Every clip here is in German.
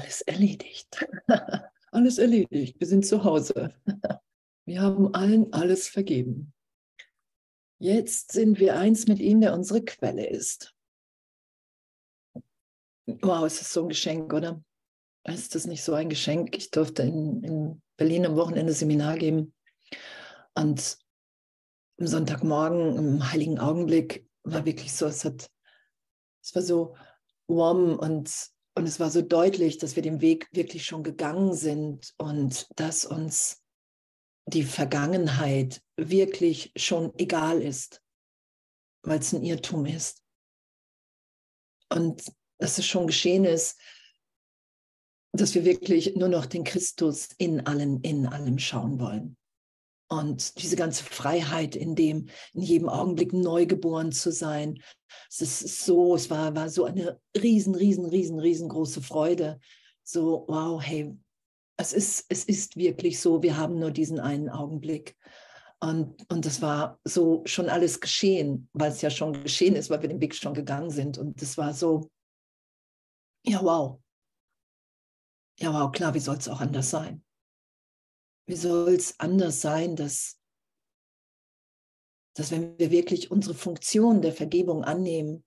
Alles erledigt. Alles erledigt. Wir sind zu Hause. Wir haben allen alles vergeben. Jetzt sind wir eins mit ihm, der unsere Quelle ist. Wow, es ist so ein Geschenk, oder? Ist das nicht so ein Geschenk? Ich durfte in Berlin am Wochenende Seminar geben und am Sonntagmorgen im heiligen Augenblick war wirklich so, es war so warm und es war so deutlich, dass wir den Weg wirklich schon gegangen sind und dass uns die Vergangenheit wirklich schon egal ist, weil es ein Irrtum ist. Und dass es schon geschehen ist, dass wir wirklich nur noch den Christus in allem schauen wollen. Und diese ganze Freiheit in jedem Augenblick neu geboren zu sein, es war so eine riesengroße Freude. So, wow, hey, es ist wirklich so, wir haben nur diesen einen Augenblick. Und das war so schon alles geschehen, weil es ja schon geschehen ist, weil wir den Weg schon gegangen sind. Und das war so, ja, wow. Ja, wow, klar, wie soll es auch anders sein? Wie soll es anders sein, dass wenn wir wirklich unsere Funktion der Vergebung annehmen,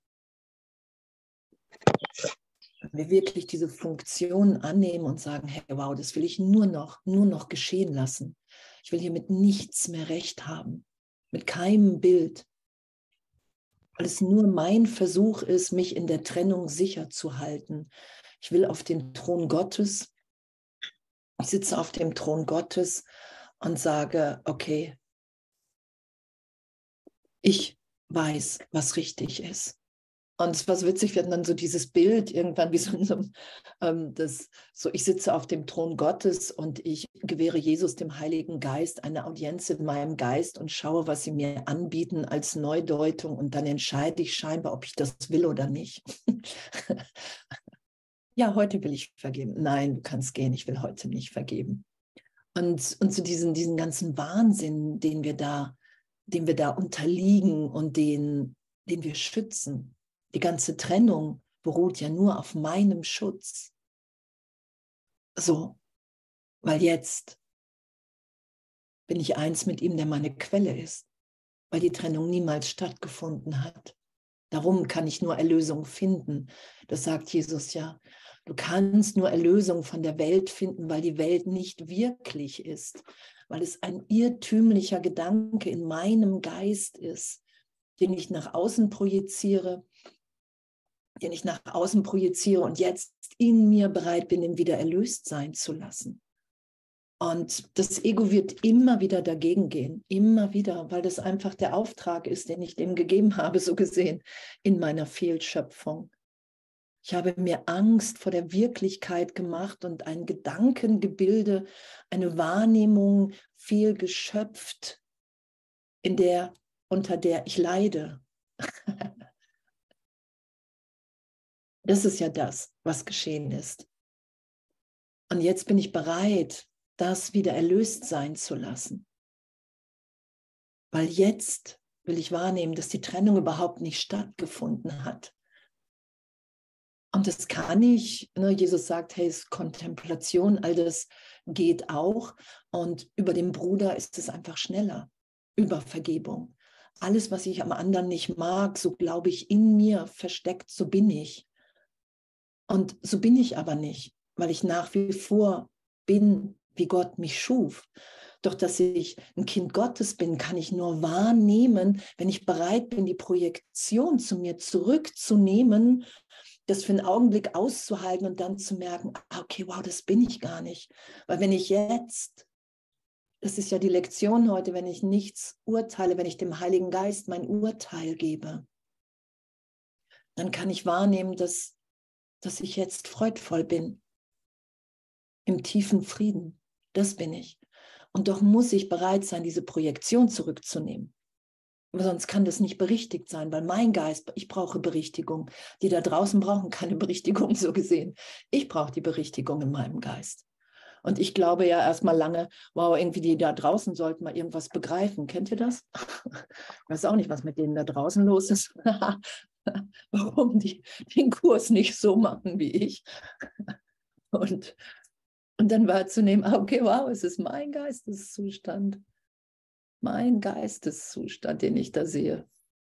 wenn wir wirklich diese Funktion annehmen und sagen, hey, wow, das will ich nur noch geschehen lassen. Ich will hier mit nichts mehr recht haben, mit keinem Bild, weil es nur mein Versuch ist, mich in der Trennung sicher zu halten. Ich will auf den Thron Gottes, ich sitze auf dem Thron Gottes und sage, okay, ich weiß, was richtig ist. Und es war so witzig, wir hatten dann so dieses Bild irgendwann wie so, ich sitze auf dem Thron Gottes und ich gewähre Jesus, dem Heiligen Geist, eine Audienz in meinem Geist und schaue, was sie mir anbieten als Neudeutung und dann entscheide ich scheinbar, ob ich das will oder nicht. Ja, heute will ich vergeben. Nein, du kannst gehen, ich will heute nicht vergeben. Und zu diesen ganzen Wahnsinn, den wir da unterliegen und den wir schützen. Die ganze Trennung beruht ja nur auf meinem Schutz. So, weil jetzt bin ich eins mit ihm, der meine Quelle ist, weil die Trennung niemals stattgefunden hat. Darum kann ich nur Erlösung finden. Das sagt Jesus ja. Du kannst nur Erlösung von der Welt finden, weil die Welt nicht wirklich ist, weil es ein irrtümlicher Gedanke in meinem Geist ist, den ich nach außen projiziere und jetzt in mir bereit bin, ihn wieder erlöst sein zu lassen. Und das Ego wird immer wieder dagegen gehen, immer wieder, weil das einfach der Auftrag ist, den ich dem gegeben habe, so gesehen, in meiner Fehlschöpfung. Ich habe mir Angst vor der Wirklichkeit gemacht und ein Gedankengebilde, eine Wahrnehmung fehlgeschöpft, unter der ich leide. Das ist ja das, was geschehen ist. Und jetzt bin ich bereit, das wieder erlöst sein zu lassen. Weil jetzt will ich wahrnehmen, dass die Trennung überhaupt nicht stattgefunden hat. Und das kann ich, Jesus sagt, hey, es ist Kontemplation, all das geht auch. Und über den Bruder ist es einfach schneller, über Vergebung. Alles, was ich am anderen nicht mag, so glaube ich in mir versteckt, so bin ich. Und so bin ich aber nicht, weil ich nach wie vor bin, wie Gott mich schuf. Doch dass ich ein Kind Gottes bin, kann ich nur wahrnehmen, wenn ich bereit bin, die Projektion zu mir zurückzunehmen, das für einen Augenblick auszuhalten und dann zu merken, okay, wow, das bin ich gar nicht. Weil wenn ich jetzt, das ist ja die Lektion heute, wenn ich nichts urteile, wenn ich dem Heiligen Geist mein Urteil gebe, dann kann ich wahrnehmen, dass ich jetzt freudvoll bin, im tiefen Frieden. Das bin ich. Und doch muss ich bereit sein, diese Projektion zurückzunehmen. Aber sonst kann das nicht berichtigt sein, weil mein Geist, ich brauche Berichtigung. Die da draußen brauchen keine Berichtigung, so gesehen. Ich brauche die Berichtigung in meinem Geist. Und ich glaube ja erstmal lange, wow, irgendwie die da draußen sollten mal irgendwas begreifen. Kennt ihr das? Ich weiß auch nicht, was mit denen da draußen los ist. Warum die den Kurs nicht so machen wie ich. Und, und dann wahrzunehmen, okay, wow, es ist mein Geisteszustand, den ich da sehe.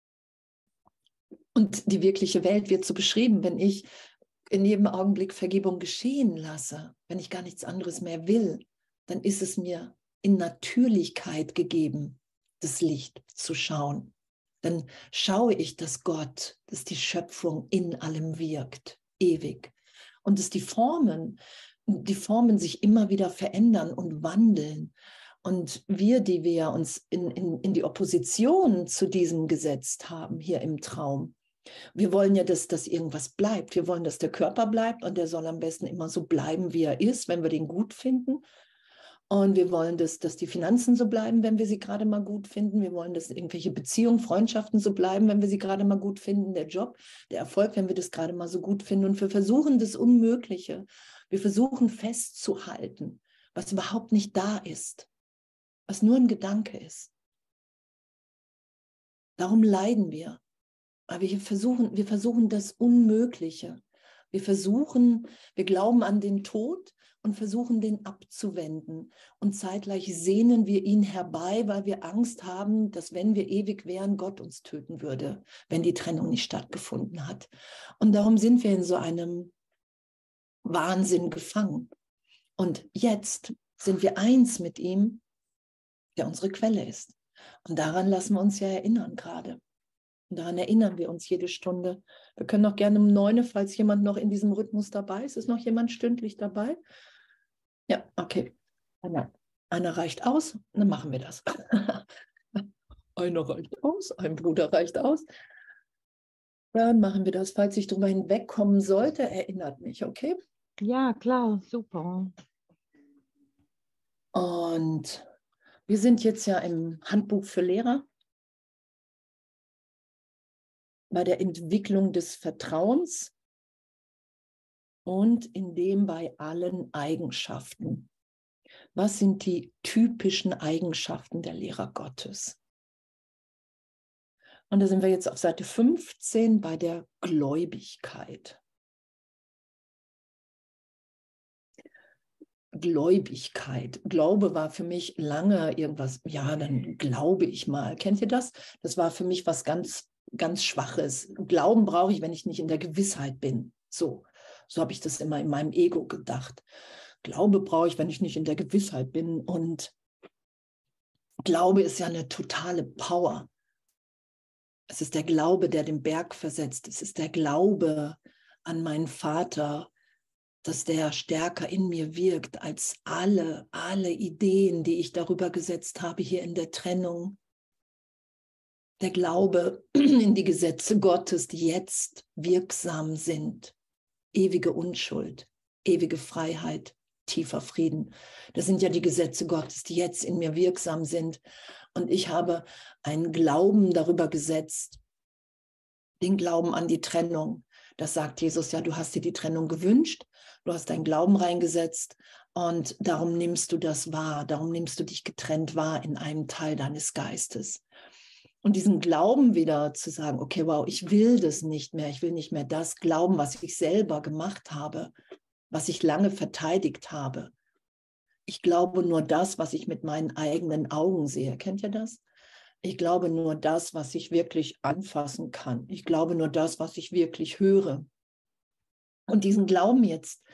Und die wirkliche Welt wird so beschrieben, wenn ich in jedem Augenblick Vergebung geschehen lasse, wenn ich gar nichts anderes mehr will, dann ist es mir in Natürlichkeit gegeben, das Licht zu schauen. Dann schaue ich, dass Gott, dass die Schöpfung in allem wirkt, ewig. Und dass die Formen sich immer wieder verändern und wandeln. Und die wir uns in die Opposition zu diesem gesetzt haben, hier im Traum, wir wollen ja, dass irgendwas bleibt. Wir wollen, dass der Körper bleibt und der soll am besten immer so bleiben, wie er ist, wenn wir den gut finden. Und wir wollen, dass die Finanzen so bleiben, wenn wir sie gerade mal gut finden. Wir wollen, dass irgendwelche Beziehungen, Freundschaften so bleiben, wenn wir sie gerade mal gut finden. Der Job, der Erfolg, wenn wir das gerade mal so gut finden. Und wir versuchen das Unmögliche. Wir versuchen festzuhalten, was überhaupt nicht da ist, was nur ein Gedanke ist. Darum leiden wir. Aber wir versuchen das Unmögliche. Wir glauben an den Tod und versuchen den abzuwenden. Und zeitgleich sehnen wir ihn herbei, weil wir Angst haben, dass wenn wir ewig wären, Gott uns töten würde, wenn die Trennung nicht stattgefunden hat. Und darum sind wir in so einem Wahnsinn gefangen. Und jetzt sind wir eins mit ihm, der unsere Quelle ist. Und daran lassen wir uns ja erinnern gerade. Und daran erinnern wir uns jede Stunde. Wir können auch gerne um 9 Uhr, falls jemand noch in diesem Rhythmus dabei ist. Ist noch jemand stündlich dabei? Ja, okay. Einer reicht aus, dann machen wir das. Einer reicht aus, ein Bruder reicht aus. Dann machen wir das. Falls ich darüber hinwegkommen sollte, erinnert mich, okay? Ja, klar, super. Und wir sind jetzt ja im Handbuch für Lehrer bei der Entwicklung des Vertrauens und in dem bei allen Eigenschaften. Was sind die typischen Eigenschaften der Lehrer Gottes? Und da sind wir jetzt auf Seite 15 bei der Gläubigkeit. Gläubigkeit. Glaube war für mich lange irgendwas, ja, dann glaube ich mal. Kennt ihr das? Das war für mich was ganz, ganz Schwaches. Glauben brauche ich, wenn ich nicht in der Gewissheit bin. So habe ich das immer in meinem Ego gedacht. Glaube brauche ich, wenn ich nicht in der Gewissheit bin. Und Glaube ist ja eine totale Power. Es ist der Glaube, der den Berg versetzt. Es ist der Glaube an meinen Vater, dass der stärker in mir wirkt als alle Ideen, die ich darüber gesetzt habe hier in der Trennung. Der Glaube in die Gesetze Gottes, die jetzt wirksam sind. Ewige Unschuld, ewige Freiheit, tiefer Frieden. Das sind ja die Gesetze Gottes, die jetzt in mir wirksam sind. Und ich habe einen Glauben darüber gesetzt, den Glauben an die Trennung. Das sagt Jesus ja, du hast dir die Trennung gewünscht, du hast deinen Glauben reingesetzt und darum nimmst du das wahr, darum nimmst du dich getrennt wahr in einem Teil deines Geistes. Und diesen Glauben wieder zu sagen, okay, wow, ich will das nicht mehr, ich will nicht mehr das glauben, was ich selber gemacht habe, was ich lange verteidigt habe. Ich glaube nur das, was ich mit meinen eigenen Augen sehe. Kennt ihr das? Ich glaube nur das, was ich wirklich anfassen kann. Ich glaube nur das, was ich wirklich höre. Und diesen Glauben jetzt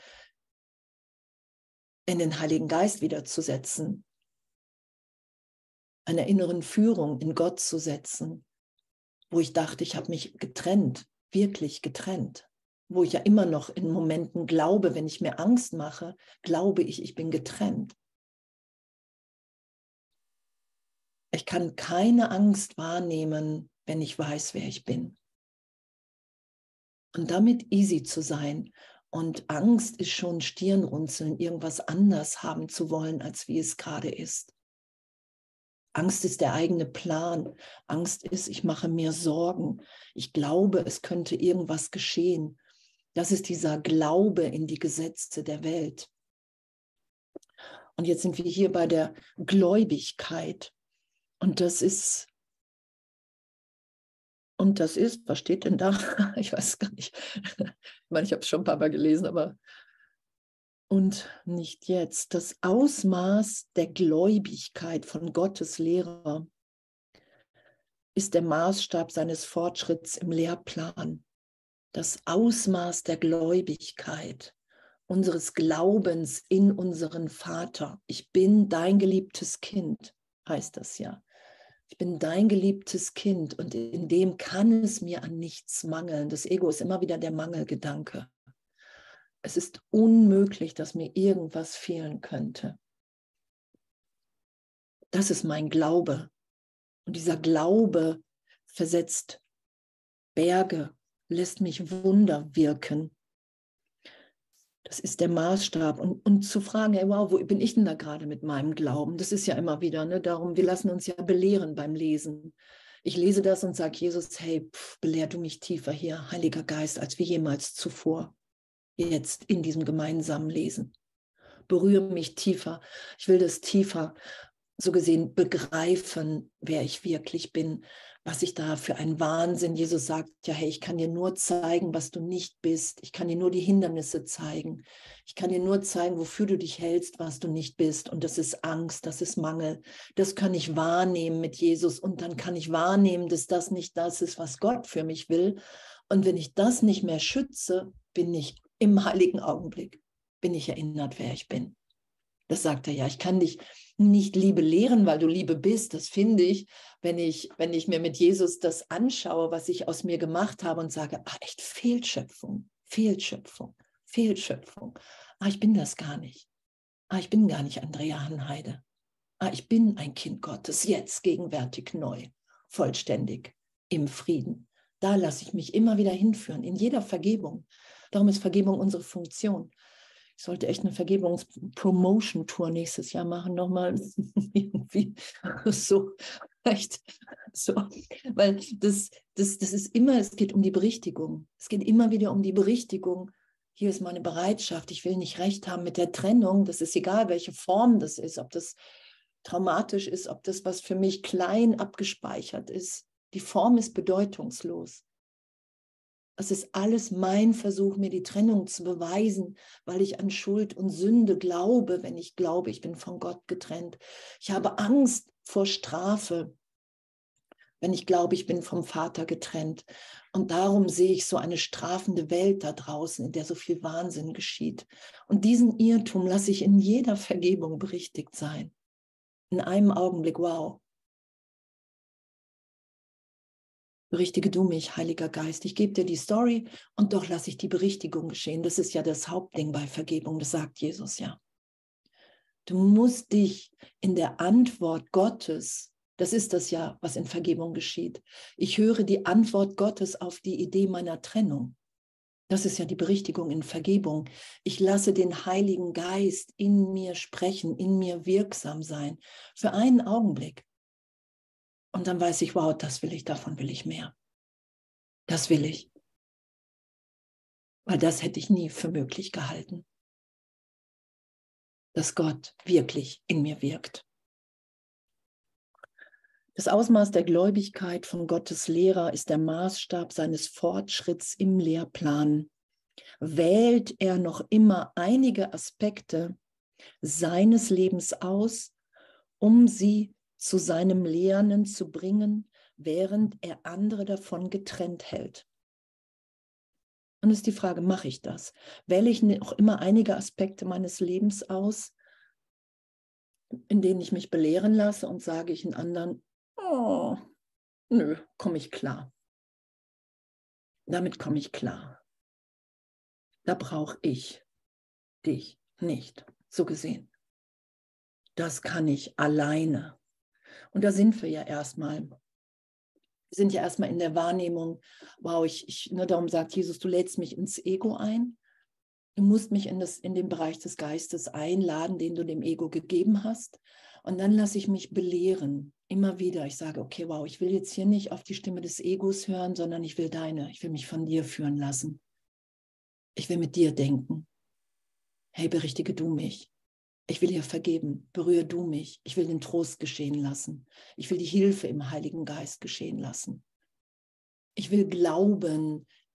in den Heiligen Geist wiederzusetzen, einer inneren Führung in Gott zu setzen, wo ich dachte, ich habe mich getrennt, wirklich getrennt, wo ich ja immer noch in Momenten glaube, wenn ich mir Angst mache, glaube ich bin getrennt. Ich kann keine Angst wahrnehmen, wenn ich weiß, wer ich bin. Und damit easy zu sein. Und Angst ist schon Stirnrunzeln, irgendwas anders haben zu wollen, als wie es gerade ist. Angst ist der eigene Plan. Angst ist, ich mache mir Sorgen. Ich glaube, es könnte irgendwas geschehen. Das ist dieser Glaube in die Gesetze der Welt. Und jetzt sind wir hier bei der Gläubigkeit. Und das ist, was steht denn da? Ich weiß es gar nicht. Ich meine, ich habe es schon ein paar Mal gelesen, aber und nicht jetzt. Das Ausmaß der Gläubigkeit von Gottes Lehrer ist der Maßstab seines Fortschritts im Lehrplan. Das Ausmaß der Gläubigkeit, unseres Glaubens in unseren Vater. Ich bin dein geliebtes Kind, heißt das ja. Ich bin dein geliebtes Kind und in dem kann es mir an nichts mangeln. Das Ego ist immer wieder der Mangelgedanke. Es ist unmöglich, dass mir irgendwas fehlen könnte. Das ist mein Glaube. Und dieser Glaube versetzt Berge, lässt mich Wunder wirken. Das ist der Maßstab. Und zu fragen, hey, wow, wo bin ich denn da gerade mit meinem Glauben? Das ist ja immer wieder, ne? Darum, wir lassen uns ja belehren beim Lesen. Ich lese das und sage, Jesus, hey, belehr du mich tiefer hier, Heiliger Geist, als wie jemals zuvor. Jetzt in diesem gemeinsamen Lesen. Berühre mich tiefer. Ich will das tiefer, so gesehen, begreifen, wer ich wirklich bin, was ich da für ein Wahnsinn. Jesus sagt ja, hey, ich kann dir nur zeigen, was du nicht bist. Ich kann dir nur die Hindernisse zeigen. Ich kann dir nur zeigen, wofür du dich hältst, was du nicht bist. Und das ist Angst, das ist Mangel. Das kann ich wahrnehmen mit Jesus. Und dann kann ich wahrnehmen, dass das nicht das ist, was Gott für mich will. Und wenn ich das nicht mehr schütze, bin ich im heiligen Augenblick, bin ich erinnert, wer ich bin. Das sagt er ja, ich kann dich nicht Liebe lehren, weil du Liebe bist. Das finde ich, wenn ich mir mit Jesus das anschaue, was ich aus mir gemacht habe und sage, ach echt, Fehlschöpfung, Fehlschöpfung, Fehlschöpfung. Ah, ich bin das gar nicht. Ah, ich bin gar nicht Andrea Hanheide. Ah, ich bin ein Kind Gottes, jetzt gegenwärtig neu, vollständig, im Frieden. Da lasse ich mich immer wieder hinführen, in jeder Vergebung. Darum ist Vergebung unsere Funktion. Ich sollte echt eine Vergebungs-Promotion-Tour nächstes Jahr machen, nochmal irgendwie so, echt so, weil das ist immer, es geht um die Berichtigung. Es geht immer wieder um die Berichtigung. Hier ist meine Bereitschaft. Ich will nicht recht haben mit der Trennung. Das ist egal, welche Form das ist, ob das traumatisch ist, ob das, was für mich klein abgespeichert ist. Die Form ist bedeutungslos. Es ist alles mein Versuch, mir die Trennung zu beweisen, weil ich an Schuld und Sünde glaube, wenn ich glaube, ich bin von Gott getrennt. Ich habe Angst vor Strafe, wenn ich glaube, ich bin vom Vater getrennt. Und darum sehe ich so eine strafende Welt da draußen, in der so viel Wahnsinn geschieht. Und diesen Irrtum lasse ich in jeder Vergebung berichtigt sein. In einem Augenblick, wow. Berichtige du mich, Heiliger Geist. Ich gebe dir die Story und doch lasse ich die Berichtigung geschehen. Das ist ja das Hauptding bei Vergebung, das sagt Jesus ja. Du musst dich in der Antwort Gottes, das ist das ja, was in Vergebung geschieht. Ich höre die Antwort Gottes auf die Idee meiner Trennung. Das ist ja die Berichtigung in Vergebung. Ich lasse den Heiligen Geist in mir sprechen, in mir wirksam sein. Für einen Augenblick. Und dann weiß ich, wow, das will ich, davon will ich mehr. Das will ich. Weil das hätte ich nie für möglich gehalten. Dass Gott wirklich in mir wirkt. Das Ausmaß der Gläubigkeit von Gottes Lehrer ist der Maßstab seines Fortschritts im Lehrplan. Wählt er noch immer einige Aspekte seines Lebens aus, um sie zu seinem Lernen zu bringen, während er andere davon getrennt hält. Und ist die Frage, mache ich das? Wähle ich noch immer einige Aspekte meines Lebens aus, in denen ich mich belehren lasse und sage ich den anderen, oh, nö, komme ich klar. Damit komme ich klar. Da brauche ich dich nicht, so gesehen. Das kann ich alleine. Und da sind wir ja erstmal. Wir sind ja erstmal in der Wahrnehmung, wow, darum sagt Jesus, du lädst mich ins Ego ein. Du musst mich in den Bereich des Geistes einladen, den du dem Ego gegeben hast. Und dann lasse ich mich belehren, immer wieder. Ich sage, okay, wow, ich will jetzt hier nicht auf die Stimme des Egos hören, sondern ich will deine. Ich will mich von dir führen lassen. Ich will mit dir denken. Hey, berichtige du mich. Ich will dir vergeben. Berühre du mich. Ich will den Trost geschehen lassen. Ich will die Hilfe im Heiligen Geist geschehen lassen. Ich will glauben,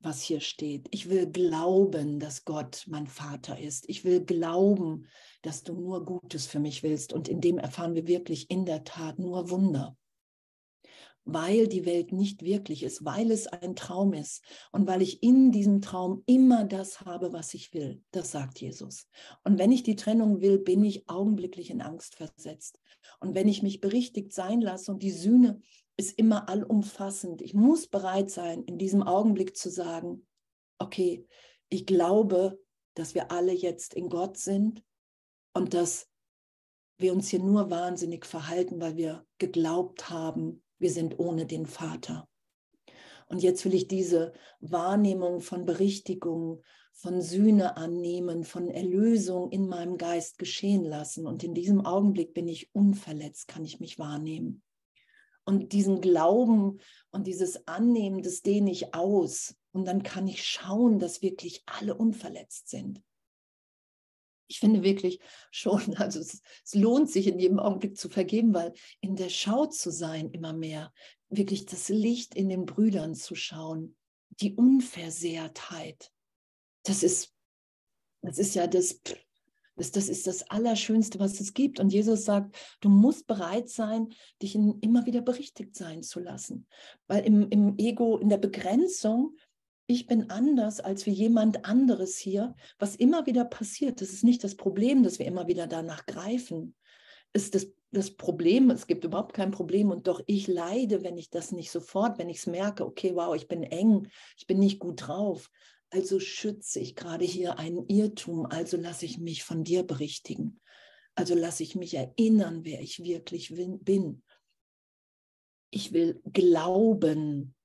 was hier steht. Ich will glauben, dass Gott mein Vater ist. Ich will glauben, dass du nur Gutes für mich willst. Und in dem erfahren wir wirklich in der Tat nur Wunder. Weil die Welt nicht wirklich ist, weil es ein Traum ist und weil ich in diesem Traum immer das habe, was ich will. Das sagt Jesus. Und wenn ich die Trennung will, bin ich augenblicklich in Angst versetzt. Und wenn ich mich berichtigt sein lasse und die Sühne ist immer allumfassend, ich muss bereit sein, in diesem Augenblick zu sagen, okay, ich glaube, dass wir alle jetzt in Gott sind und dass wir uns hier nur wahnsinnig verhalten, weil wir geglaubt haben, wir sind ohne den Vater. Und jetzt will ich diese Wahrnehmung von Berichtigung, von Sühne annehmen, von Erlösung in meinem Geist geschehen lassen. Und in diesem Augenblick bin ich unverletzt, kann ich mich wahrnehmen. Und diesen Glauben und dieses Annehmen, das dehne ich aus. Und dann kann ich schauen, dass wirklich alle unverletzt sind. Ich finde wirklich schon, also es lohnt sich in jedem Augenblick zu vergeben, weil in der Schau zu sein immer mehr, wirklich das Licht in den Brüdern zu schauen, die Unversehrtheit, das ist ja das ist das Allerschönste, was es gibt. Und Jesus sagt, du musst bereit sein, dich immer wieder berichtigt sein zu lassen. Weil im Ego, in der Begrenzung, ich bin anders als wie jemand anderes hier, was immer wieder passiert. Das ist nicht das Problem, dass wir immer wieder danach greifen. Ist das Problem, es gibt überhaupt kein Problem und doch ich leide, wenn ich das nicht sofort, wenn ich es merke, okay, wow, ich bin eng, ich bin nicht gut drauf. Also schütze ich gerade hier einen Irrtum, also lasse ich mich von dir berichtigen. Also lasse ich mich erinnern, wer ich wirklich bin. Ich will glauben,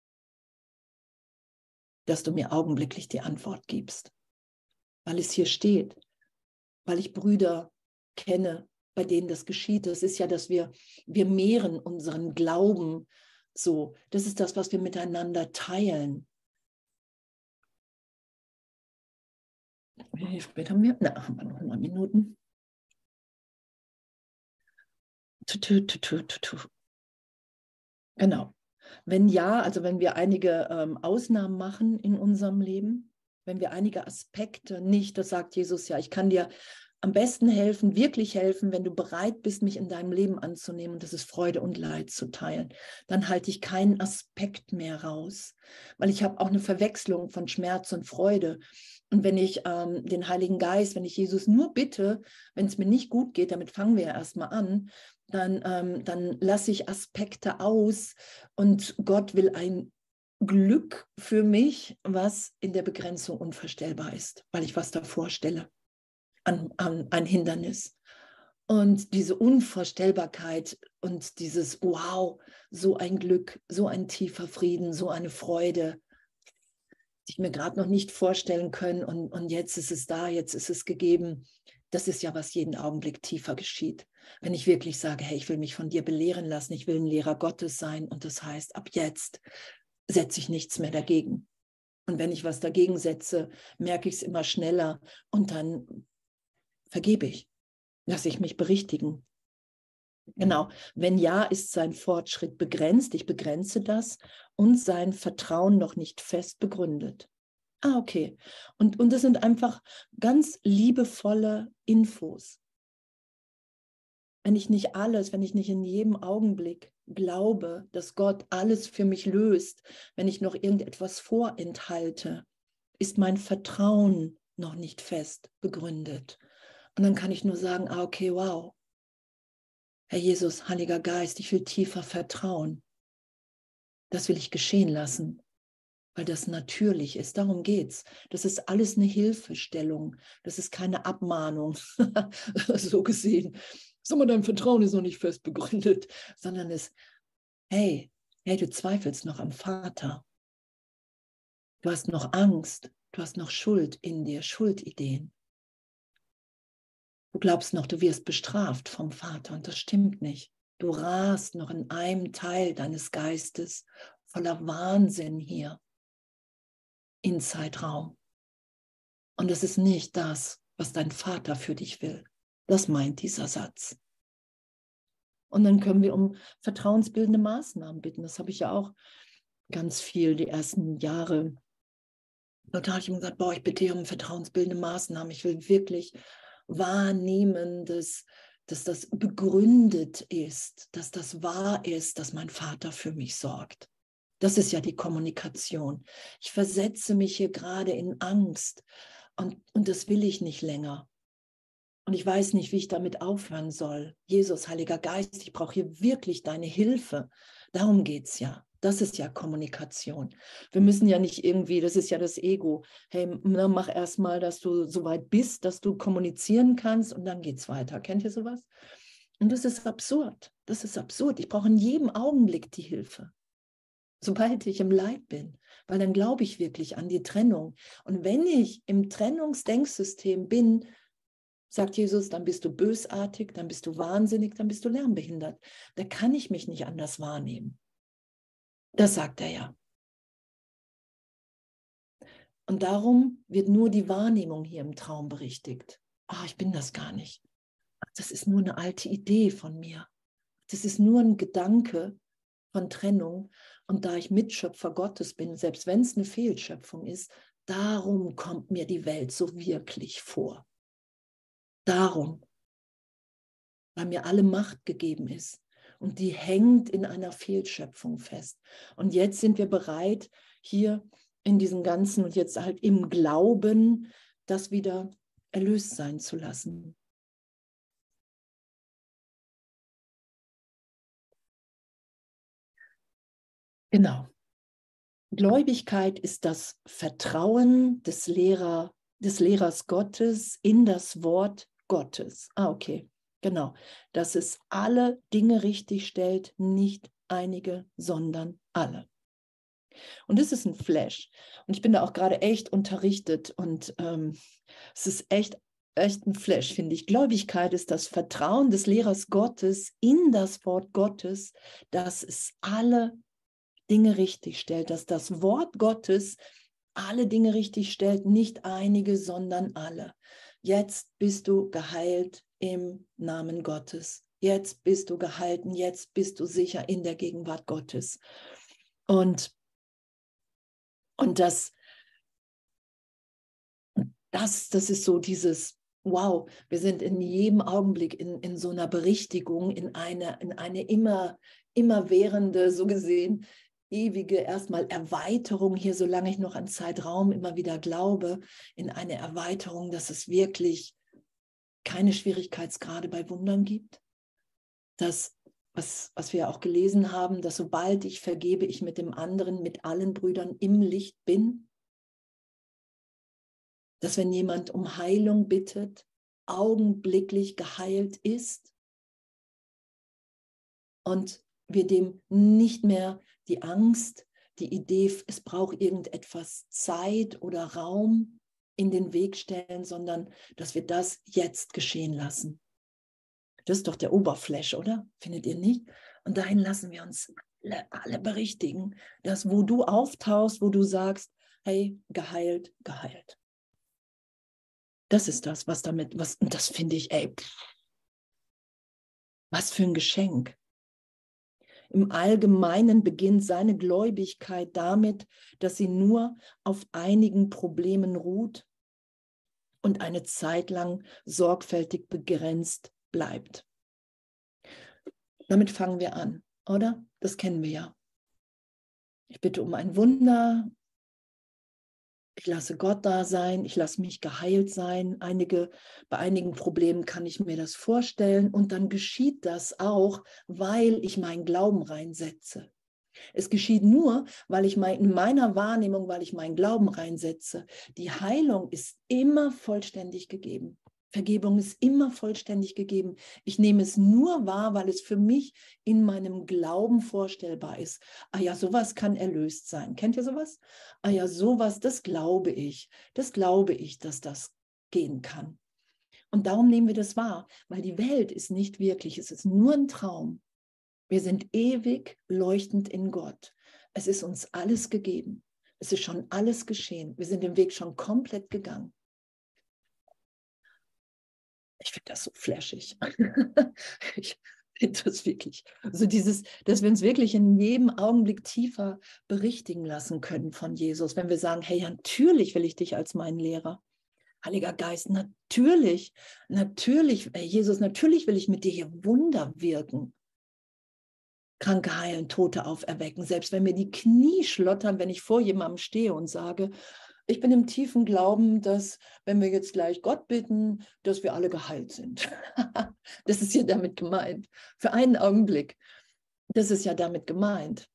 dass du mir augenblicklich die Antwort gibst, weil es hier steht, weil ich Brüder kenne, bei denen das geschieht. Das ist ja, dass wir mehren unseren Glauben so. Das ist das, was wir miteinander teilen. Wie spät haben wir? Na, haben wir noch 9 Minuten. Genau. Wenn ja, also wenn wir einige Ausnahmen machen in unserem Leben, wenn wir einige Aspekte nicht, das sagt Jesus ja, ich kann dir am besten helfen, wirklich helfen, wenn du bereit bist, mich in deinem Leben anzunehmen und das ist Freude und Leid zu teilen. Dann halte ich keinen Aspekt mehr raus, weil ich habe auch eine Verwechslung von Schmerz und Freude. Und wenn ich den Heiligen Geist, wenn ich Jesus nur bitte, wenn es mir nicht gut geht, damit fangen wir ja erstmal an, dann lasse ich Aspekte aus und Gott will ein Glück für mich, was in der Begrenzung unvorstellbar ist, weil ich was davor stelle, an ein Hindernis. Und diese Unvorstellbarkeit und dieses Wow, so ein Glück, so ein tiefer Frieden, so eine Freude, die ich mir gerade noch nicht vorstellen können und jetzt ist es da, jetzt ist es gegeben. Das ist ja, was jeden Augenblick tiefer geschieht. Wenn ich wirklich sage, hey, ich will mich von dir belehren lassen, ich will ein Lehrer Gottes sein und das heißt, ab jetzt setze ich nichts mehr dagegen. Und wenn ich was dagegen setze, merke ich es immer schneller und dann vergebe ich, lasse ich mich berichtigen. Genau, wenn ja, ist sein Fortschritt begrenzt, ich begrenze das und sein Vertrauen noch nicht fest begründet. Ah, okay. Und das sind einfach ganz liebevolle Infos. Wenn ich nicht in jedem Augenblick glaube, dass Gott alles für mich löst, wenn ich noch irgendetwas vorenthalte, ist mein Vertrauen noch nicht fest begründet. Und dann kann ich nur sagen, ah, okay, wow. Herr Jesus, Heiliger Geist, ich will tiefer vertrauen. Das will ich geschehen lassen, weil das natürlich ist. Darum geht's. Das ist alles eine Hilfestellung. Das ist keine Abmahnung, so gesehen. Sag mal, dein Vertrauen ist noch nicht fest begründet, sondern es, hey, du zweifelst noch am Vater. Du hast noch Angst. Du hast noch Schuld in dir, Schuldideen. Du glaubst noch, du wirst bestraft vom Vater und das stimmt nicht. Du rast noch in einem Teil deines Geistes voller Wahnsinn hier in Zeitraum. Und es ist nicht das, was dein Vater für dich will. Das meint dieser Satz. Und dann können wir um vertrauensbildende Maßnahmen bitten. Das habe ich ja auch ganz viel die ersten Jahre Total, habe ich immer gesagt, boah, ich bitte hier um vertrauensbildende Maßnahmen. Ich will wirklich wahrnehmen, dass das begründet ist, dass das wahr ist, dass mein Vater für mich sorgt. Das ist ja die Kommunikation. Ich versetze mich hier gerade in Angst und das will ich nicht länger. Und ich weiß nicht, wie ich damit aufhören soll. Jesus, Heiliger Geist, ich brauche hier wirklich deine Hilfe. Darum geht es ja. Das ist ja Kommunikation. Wir müssen ja nicht irgendwie, das ist ja das Ego. Hey, mach erst mal, dass du so weit bist, dass du kommunizieren kannst und dann geht es weiter. Kennt ihr sowas? Und das ist absurd. Das ist absurd. Ich brauche in jedem Augenblick die Hilfe, sobald ich im Leid bin, weil dann glaube ich wirklich an die Trennung. Und wenn ich im Trennungsdenksystem bin, sagt Jesus, dann bist du bösartig, dann bist du wahnsinnig, dann bist du lernbehindert. Da kann ich mich nicht anders wahrnehmen. Das sagt er ja. Und darum wird nur die Wahrnehmung hier im Traum berichtigt. Ah, ich bin das gar nicht. Das ist nur eine alte Idee von mir. Das ist nur ein Gedanke von Trennung. Und da ich Mitschöpfer Gottes bin, selbst wenn es eine Fehlschöpfung ist, darum kommt mir die Welt so wirklich vor. Darum, weil mir alle Macht gegeben ist. Und die hängt in einer Fehlschöpfung fest. Und jetzt sind wir bereit, hier in diesem Ganzen und jetzt halt im Glauben, das wieder erlöst sein zu lassen. Genau. Gläubigkeit ist das Vertrauen des Lehrers Gottes in das Wort Gottes. Ah, okay. Genau. Dass es alle Dinge richtig stellt, nicht einige, sondern alle. Und das ist ein Flash. Und ich bin da auch gerade echt unterrichtet und es ist echt ein Flash, finde ich. Gläubigkeit ist das Vertrauen des Lehrers Gottes in das Wort Gottes, dass es alle Dinge richtig stellt, dass das Wort Gottes alle Dinge richtig stellt, nicht einige, sondern alle. Jetzt bist du geheilt im Namen Gottes. Jetzt bist du gehalten, jetzt bist du sicher in der Gegenwart Gottes. Und das ist so dieses, wow, wir sind in jedem Augenblick in so einer Berichtigung, in eine immerwährende, so gesehen, ewige erstmal Erweiterung hier, solange ich noch an Zeitraum immer wieder glaube, in eine Erweiterung, dass es wirklich keine Schwierigkeitsgrade bei Wundern gibt. Das, was wir auch gelesen haben, dass sobald ich vergebe, ich mit dem anderen, mit allen Brüdern im Licht bin. Dass wenn jemand um Heilung bittet, augenblicklich geheilt ist und wir dem nicht mehr die Angst, die Idee, es braucht irgendetwas Zeit oder Raum in den Weg stellen, sondern dass wir das jetzt geschehen lassen. Das ist doch der Oberflash, oder? Findet ihr nicht? Und dahin lassen wir uns alle berichtigen, dass wo du auftauchst, wo du sagst, hey, geheilt, geheilt. Das ist das, und das finde ich, ey, was für ein Geschenk. Im Allgemeinen beginnt seine Gläubigkeit damit, dass sie nur auf einigen Problemen ruht und eine Zeit lang sorgfältig begrenzt bleibt. Damit fangen wir an, oder? Das kennen wir ja. Ich bitte um ein Wunder. Ich lasse Gott da sein, ich lasse mich geheilt sein. Bei einigen Problemen kann ich mir das vorstellen und dann geschieht das auch, weil ich meinen Glauben reinsetze. Es geschieht nur, weil ich in meiner Wahrnehmung, weil ich meinen Glauben reinsetze. Die Heilung ist immer vollständig gegeben. Vergebung ist immer vollständig gegeben. Ich nehme es nur wahr, weil es für mich in meinem Glauben vorstellbar ist. Ah ja, sowas kann erlöst sein. Kennt ihr sowas? Ah ja, sowas, das glaube ich. Das glaube ich, dass das gehen kann. Und darum nehmen wir das wahr, weil die Welt ist nicht wirklich, es ist nur ein Traum. Wir sind ewig leuchtend in Gott. Es ist uns alles gegeben. Es ist schon alles geschehen. Wir sind den Weg schon komplett gegangen. Ich finde das so flashig. Das wirklich. Also dieses, dass wir uns wirklich in jedem Augenblick tiefer berichtigen lassen können von Jesus, wenn wir sagen, hey, ja, natürlich will ich dich als meinen Lehrer. Heiliger Geist, natürlich, natürlich, Jesus, natürlich will ich mit dir hier Wunder wirken. Kranke heilen, Tote auferwecken, selbst wenn mir die Knie schlottern, wenn ich vor jemandem stehe und sage, ich bin im tiefen Glauben, dass, wenn wir jetzt gleich Gott bitten, dass wir alle geheilt sind. Das ist ja damit gemeint. Für einen Augenblick. Das ist ja damit gemeint.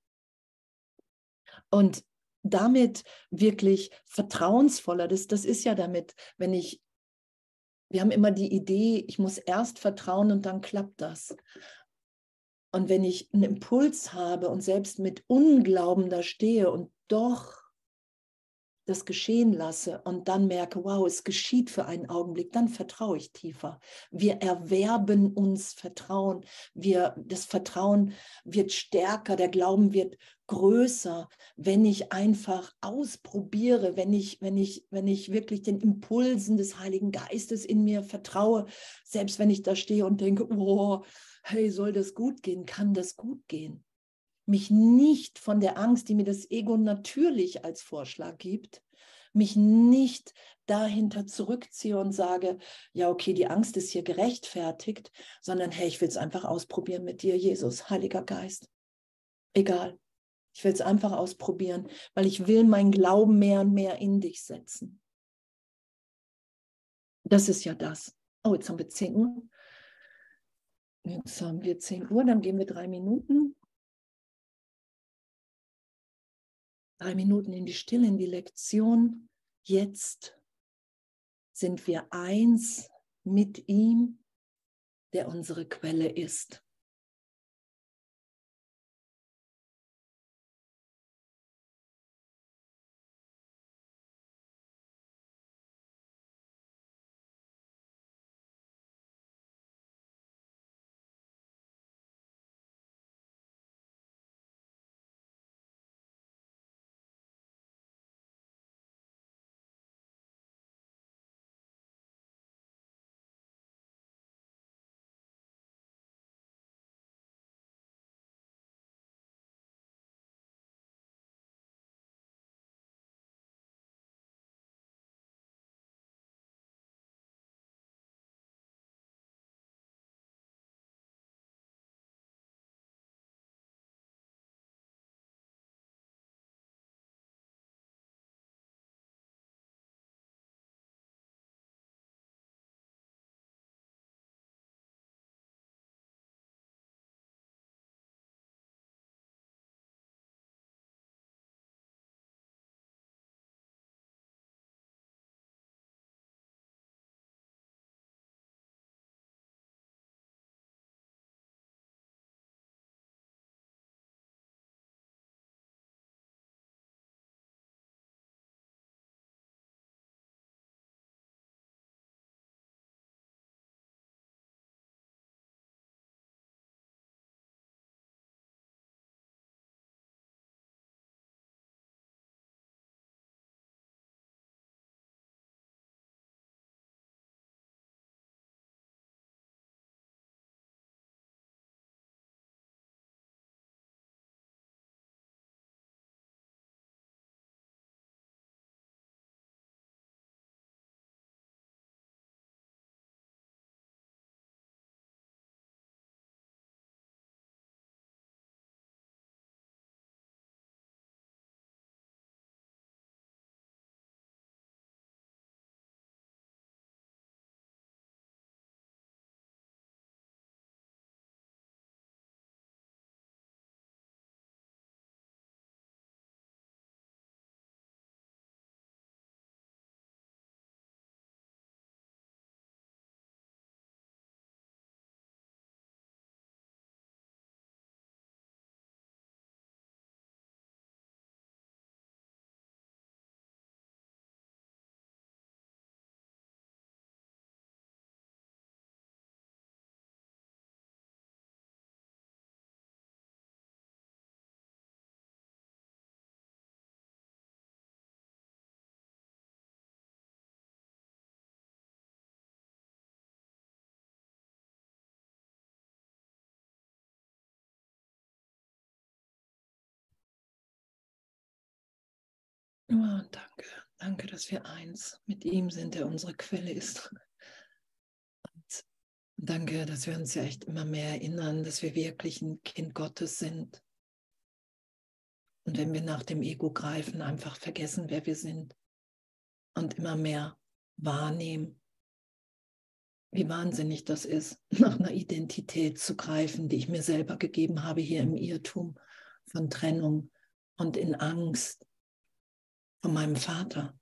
Und damit wirklich vertrauensvoller, das ist ja damit, wenn ich, wir haben immer die Idee, ich muss erst vertrauen und dann klappt das. Und wenn ich einen Impuls habe und selbst mit Unglauben da stehe und doch das geschehen lasse und dann merke, wow, es geschieht für einen Augenblick, dann vertraue ich tiefer. Wir erwerben uns Vertrauen. Das Vertrauen wird stärker, der Glauben wird größer, wenn ich einfach ausprobiere, wenn ich wirklich den Impulsen des Heiligen Geistes in mir vertraue, selbst wenn ich da stehe und denke, oh, hey, soll das gut gehen? Kann das gut gehen? Mich nicht von der Angst, die mir das Ego natürlich als Vorschlag gibt, mich nicht dahinter zurückziehe und sage, ja, okay, die Angst ist hier gerechtfertigt, sondern hey, ich will es einfach ausprobieren mit dir, Jesus, Heiliger Geist. Egal, ich will es einfach ausprobieren, weil ich will meinen Glauben mehr und mehr in dich setzen. Das ist ja das. Oh, jetzt haben wir 10 Uhr. Jetzt haben wir 10 Uhr, dann gehen wir 3 Minuten. 3 Minuten in die Stille, in die Lektion. Jetzt sind wir eins mit ihm, der unsere Quelle ist. Oh, danke, danke, dass wir eins mit ihm sind, der unsere Quelle ist. Und danke, dass wir uns ja echt immer mehr erinnern, dass wir wirklich ein Kind Gottes sind. Und wenn wir nach dem Ego greifen, einfach vergessen, wer wir sind und immer mehr wahrnehmen, wie wahnsinnig das ist, nach einer Identität zu greifen, die ich mir selber gegeben habe hier im Irrtum von Trennung und in Angst von meinem Vater.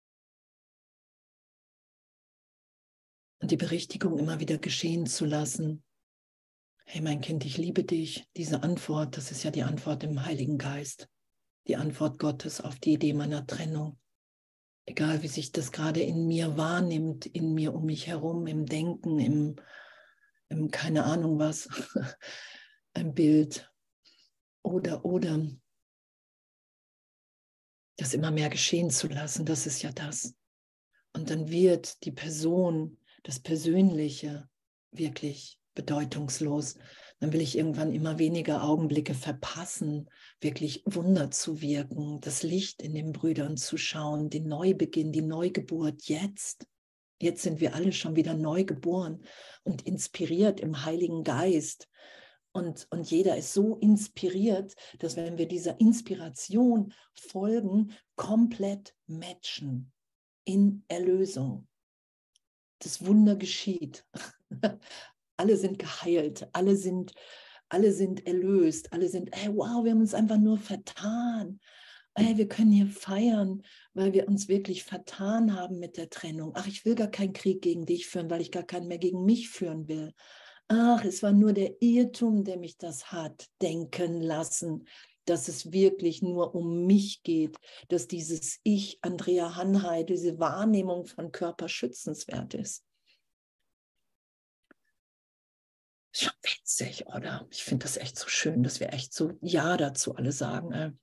Und die Berichtigung immer wieder geschehen zu lassen. Hey mein Kind, ich liebe dich. Diese Antwort, das ist ja die Antwort im Heiligen Geist. Die Antwort Gottes auf die Idee meiner Trennung. Egal wie sich das gerade in mir wahrnimmt, in mir um mich herum, im Denken, im keine Ahnung was, ein Bild oder, das immer mehr geschehen zu lassen, das ist ja das. Und dann wird die Person, das Persönliche wirklich bedeutungslos. Dann will ich irgendwann immer weniger Augenblicke verpassen, wirklich Wunder zu wirken, das Licht in den Brüdern zu schauen, den Neubeginn, die Neugeburt jetzt. Jetzt sind wir alle schon wieder neu geboren und inspiriert im Heiligen Geist. Und jeder ist so inspiriert, dass wenn wir dieser Inspiration folgen, komplett matchen in Erlösung. Das Wunder geschieht. Alle sind geheilt, alle sind erlöst, alle sind, hey, wow, wir haben uns einfach nur vertan. Hey, wir können hier feiern, weil wir uns wirklich vertan haben mit der Trennung. Ach, ich will gar keinen Krieg gegen dich führen, weil ich gar keinen mehr gegen mich führen will. Ach, es war nur der Irrtum, der mich das hat denken lassen, dass es wirklich nur um mich geht, dass dieses Ich, Andrea Hanhey, diese Wahrnehmung von Körper schützenswert ist. Ist schon witzig, oder? Ich finde das echt so schön, dass wir echt so Ja dazu alle sagen.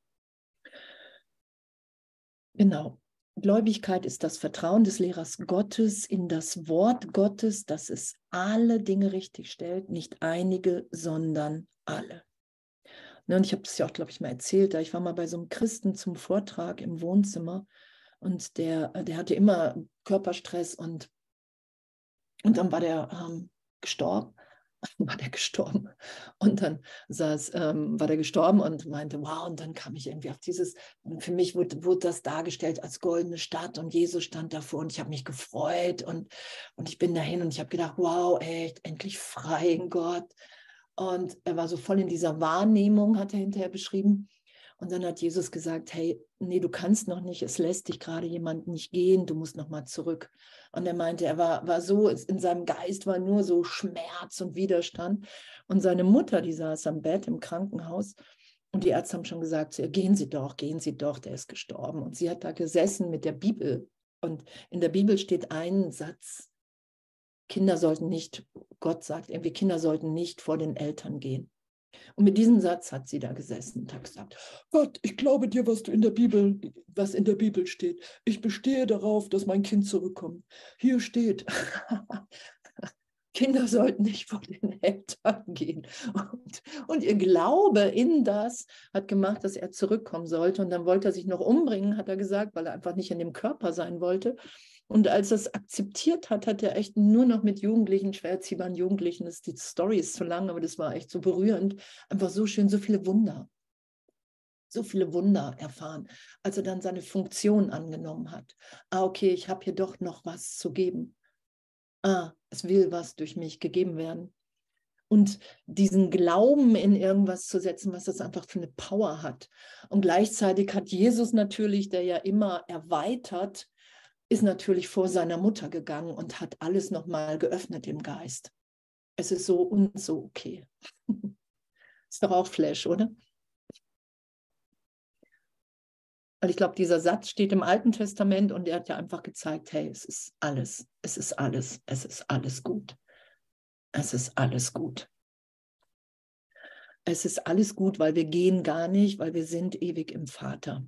Genau. Gläubigkeit ist das Vertrauen des Lehrers Gottes in das Wort Gottes, das es alle Dinge richtig stellt, nicht einige, sondern alle. Und ich habe das ja auch, glaube ich, mal erzählt, ich war mal bei so einem Christen zum Vortrag im Wohnzimmer und der hatte immer Körperstress und dann war der gestorben. War der gestorben. Und dann war der gestorben und meinte, wow, und dann kam ich irgendwie auf dieses, für mich wurde das dargestellt als goldene Stadt und Jesus stand davor und ich habe mich gefreut und ich bin dahin und ich habe gedacht, wow, echt, endlich frei in Gott. Und er war so voll in dieser Wahrnehmung, hat er hinterher beschrieben. Und dann hat Jesus gesagt, hey, nee, du kannst noch nicht, es lässt dich gerade jemand nicht gehen, du musst noch mal zurück. Und er meinte, er war so, in seinem Geist war nur so Schmerz und Widerstand. Und seine Mutter, die saß am Bett im Krankenhaus und die Ärzte haben schon gesagt zu ihr, gehen Sie doch, der ist gestorben. Und sie hat da gesessen mit der Bibel. Und in der Bibel steht ein Satz, Kinder sollten nicht, Gott sagt irgendwie, Kinder sollten nicht vor den Eltern gehen. Und mit diesem Satz hat sie da gesessen und hat gesagt, Gott, ich glaube dir, was in der Bibel steht. Ich bestehe darauf, dass mein Kind zurückkommt. Hier steht, Kinder sollten nicht vor den Eltern gehen. Und ihr Glaube in das hat gemacht, dass er zurückkommen sollte. Und dann wollte er sich noch umbringen, hat er gesagt, weil er einfach nicht in dem Körper sein wollte. Und als er es akzeptiert hat, hat er echt nur noch mit Jugendlichen, schwer erziehbaren Jugendlichen, die Story ist zu lang, aber das war echt so berührend, einfach so schön, so viele Wunder erfahren, als er dann seine Funktion angenommen hat. Okay, ich habe hier doch noch was zu geben. Es will was durch mich gegeben werden. Und diesen Glauben in irgendwas zu setzen, was das einfach für eine Power hat. Und gleichzeitig hat Jesus natürlich, der ja immer erweitert, ist natürlich vor seiner Mutter gegangen und hat alles nochmal geöffnet im Geist. Es ist so und so okay. Ist doch auch Flash, oder? Weil ich glaube, dieser Satz steht im Alten Testament und er hat ja einfach gezeigt, hey, es ist alles gut. Es ist alles gut. Es ist alles gut, weil wir gehen gar nicht, weil wir sind ewig im Vater.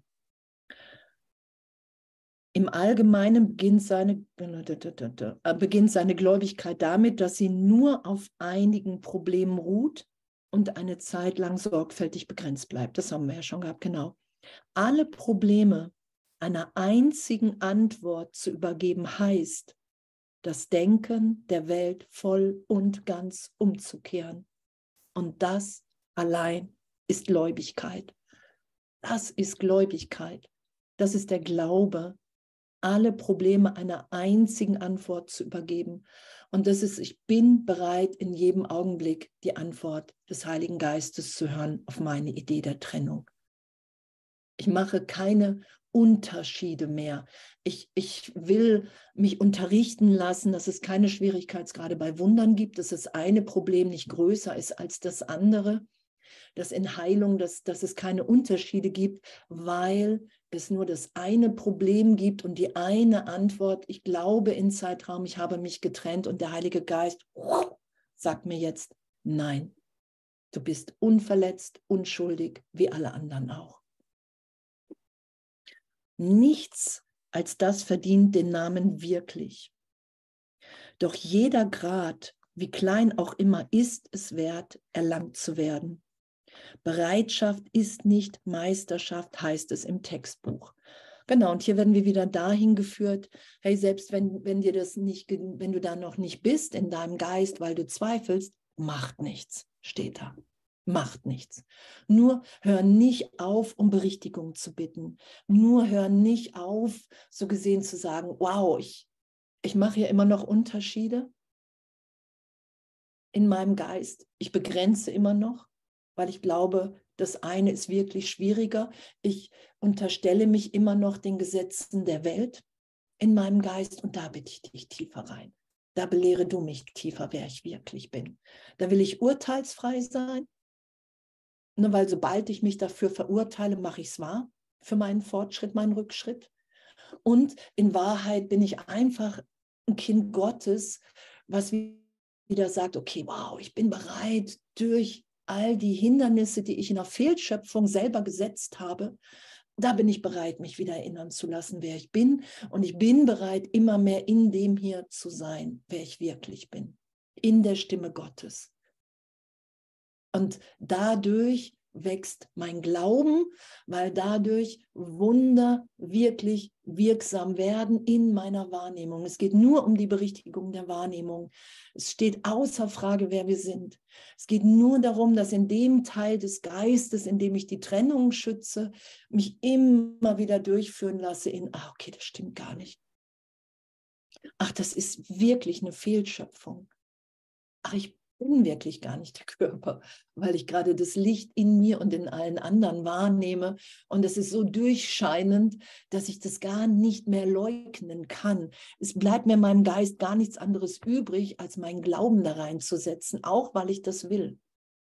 Im Allgemeinen beginnt seine Gläubigkeit damit, dass sie nur auf einigen Problemen ruht und eine Zeit lang sorgfältig begrenzt bleibt. Das haben wir ja schon gehabt, genau. Alle Probleme einer einzigen Antwort zu übergeben heißt, das Denken der Welt voll und ganz umzukehren. Und das allein ist Gläubigkeit. Das ist Gläubigkeit. Das ist der Glaube, alle Probleme einer einzigen Antwort zu übergeben. Und das ist, ich bin bereit, in jedem Augenblick die Antwort des Heiligen Geistes zu hören auf meine Idee der Trennung. Ich mache keine Unterschiede mehr. Ich will mich unterrichten lassen, dass es keine Schwierigkeitsgrade bei Wundern gibt, dass das eine Problem nicht größer ist als das andere, dass in Heilung, dass es keine Unterschiede gibt, weil es nur das eine Problem gibt und die eine Antwort, ich glaube in Zeitraum, ich habe mich getrennt und der Heilige Geist sagt mir jetzt, nein, du bist unverletzt, unschuldig, wie alle anderen auch. Nichts als das verdient den Namen wirklich. Doch jeder Grad, wie klein auch immer, ist es wert, erlangt zu werden. Bereitschaft ist nicht Meisterschaft, heißt es im Textbuch. Genau, und hier werden wir wieder dahin geführt, hey, selbst wenn dir das nicht, wenn du da noch nicht bist in deinem Geist, weil du zweifelst, macht nichts, steht da. Macht nichts. Nur hör nicht auf, um Berichtigung zu bitten. Nur hör nicht auf, so gesehen zu sagen, wow, ich mache hier immer noch Unterschiede in meinem Geist. Ich begrenze immer noch, weil ich glaube, das eine ist wirklich schwieriger. Ich unterstelle mich immer noch den Gesetzen der Welt in meinem Geist und da bitte ich dich tiefer rein. Da belehre du mich tiefer, wer ich wirklich bin. Da will ich urteilsfrei sein, ne, weil sobald ich mich dafür verurteile, mache ich es wahr für meinen Fortschritt, meinen Rückschritt. Und in Wahrheit bin ich einfach ein Kind Gottes, was wieder sagt, okay, wow, ich bin bereit, durch all die Hindernisse, die ich in der Fehlschöpfung selber gesetzt habe, da bin ich bereit, mich wieder erinnern zu lassen, wer ich bin. Und ich bin bereit, immer mehr in dem hier zu sein, wer ich wirklich bin. In der Stimme Gottes. Und dadurch wächst mein Glauben, weil dadurch Wunder wirklich wirksam werden in meiner Wahrnehmung. Es geht nur um die Berichtigung der Wahrnehmung. Es steht außer Frage, wer wir sind. Es geht nur darum, dass in dem Teil des Geistes, in dem ich die Trennung schütze, mich immer wieder durchführen lasse in, okay, das stimmt gar nicht. Ach, das ist wirklich eine Fehlschöpfung. Ach, ich bin wirklich gar nicht der Körper, weil ich gerade das Licht in mir und in allen anderen wahrnehme. Und es ist so durchscheinend, dass ich das gar nicht mehr leugnen kann. Es bleibt mir in meinem Geist gar nichts anderes übrig, als meinen Glauben da reinzusetzen, auch weil ich das will.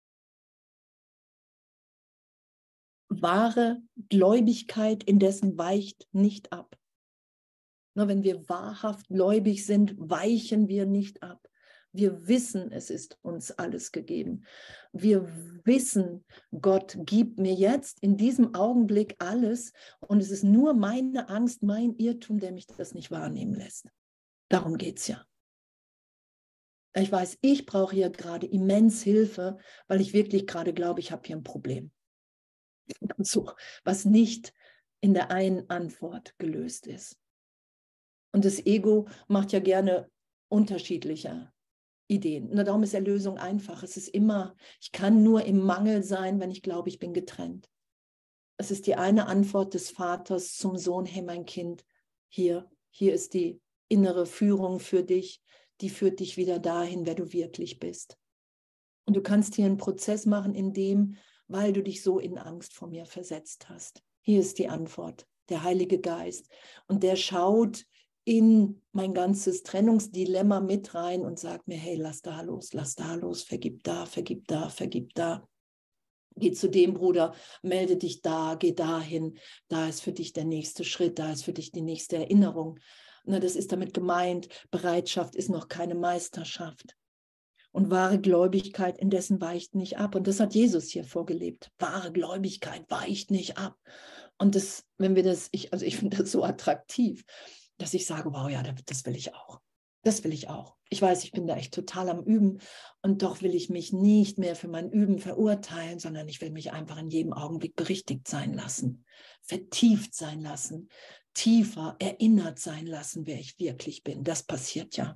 Wahre Gläubigkeit indessen weicht nicht ab. Nur wenn wir wahrhaft gläubig sind, weichen wir nicht ab. Wir wissen, es ist uns alles gegeben. Wir wissen, Gott gibt mir jetzt in diesem Augenblick alles und es ist nur meine Angst, mein Irrtum, der mich das nicht wahrnehmen lässt. Darum geht es ja. Ich weiß, ich brauche hier gerade immens Hilfe, weil ich wirklich gerade glaube, ich habe hier ein Problem. So, was nicht in der einen Antwort gelöst ist. Und das Ego macht ja gerne unterschiedliche Ideen. Na, darum ist Erlösung einfach. Es ist immer, ich kann nur im Mangel sein, wenn ich glaube, ich bin getrennt. Es ist die eine Antwort des Vaters zum Sohn, hey mein Kind, hier ist die innere Führung für dich, die führt dich wieder dahin, wer du wirklich bist. Und du kannst hier einen Prozess machen, in dem, weil du dich so in Angst vor mir versetzt hast. Hier ist die Antwort, der Heilige Geist. Und der schaut in mein ganzes Trennungsdilemma mit rein und sagt mir, hey, lass da los, vergib da, vergib da, vergib da. Geh zu dem Bruder, melde dich da, geh dahin, da ist für dich der nächste Schritt, da ist für dich die nächste Erinnerung. Na, das ist damit gemeint, Bereitschaft ist noch keine Meisterschaft. Und wahre Gläubigkeit indessen weicht nicht ab. Und das hat Jesus hier vorgelebt. Wahre Gläubigkeit weicht nicht ab. Und das, wenn wir das, ich finde das so attraktiv, dass ich sage, wow, ja, das will ich auch. Das will ich auch. ich weiß, ich bin da echt total am Üben und doch will ich mich nicht mehr für mein Üben verurteilen, sondern ich will mich einfach in jedem Augenblick berichtigt sein lassen, vertieft sein lassen, tiefer erinnert sein lassen, wer ich wirklich bin. Das passiert ja.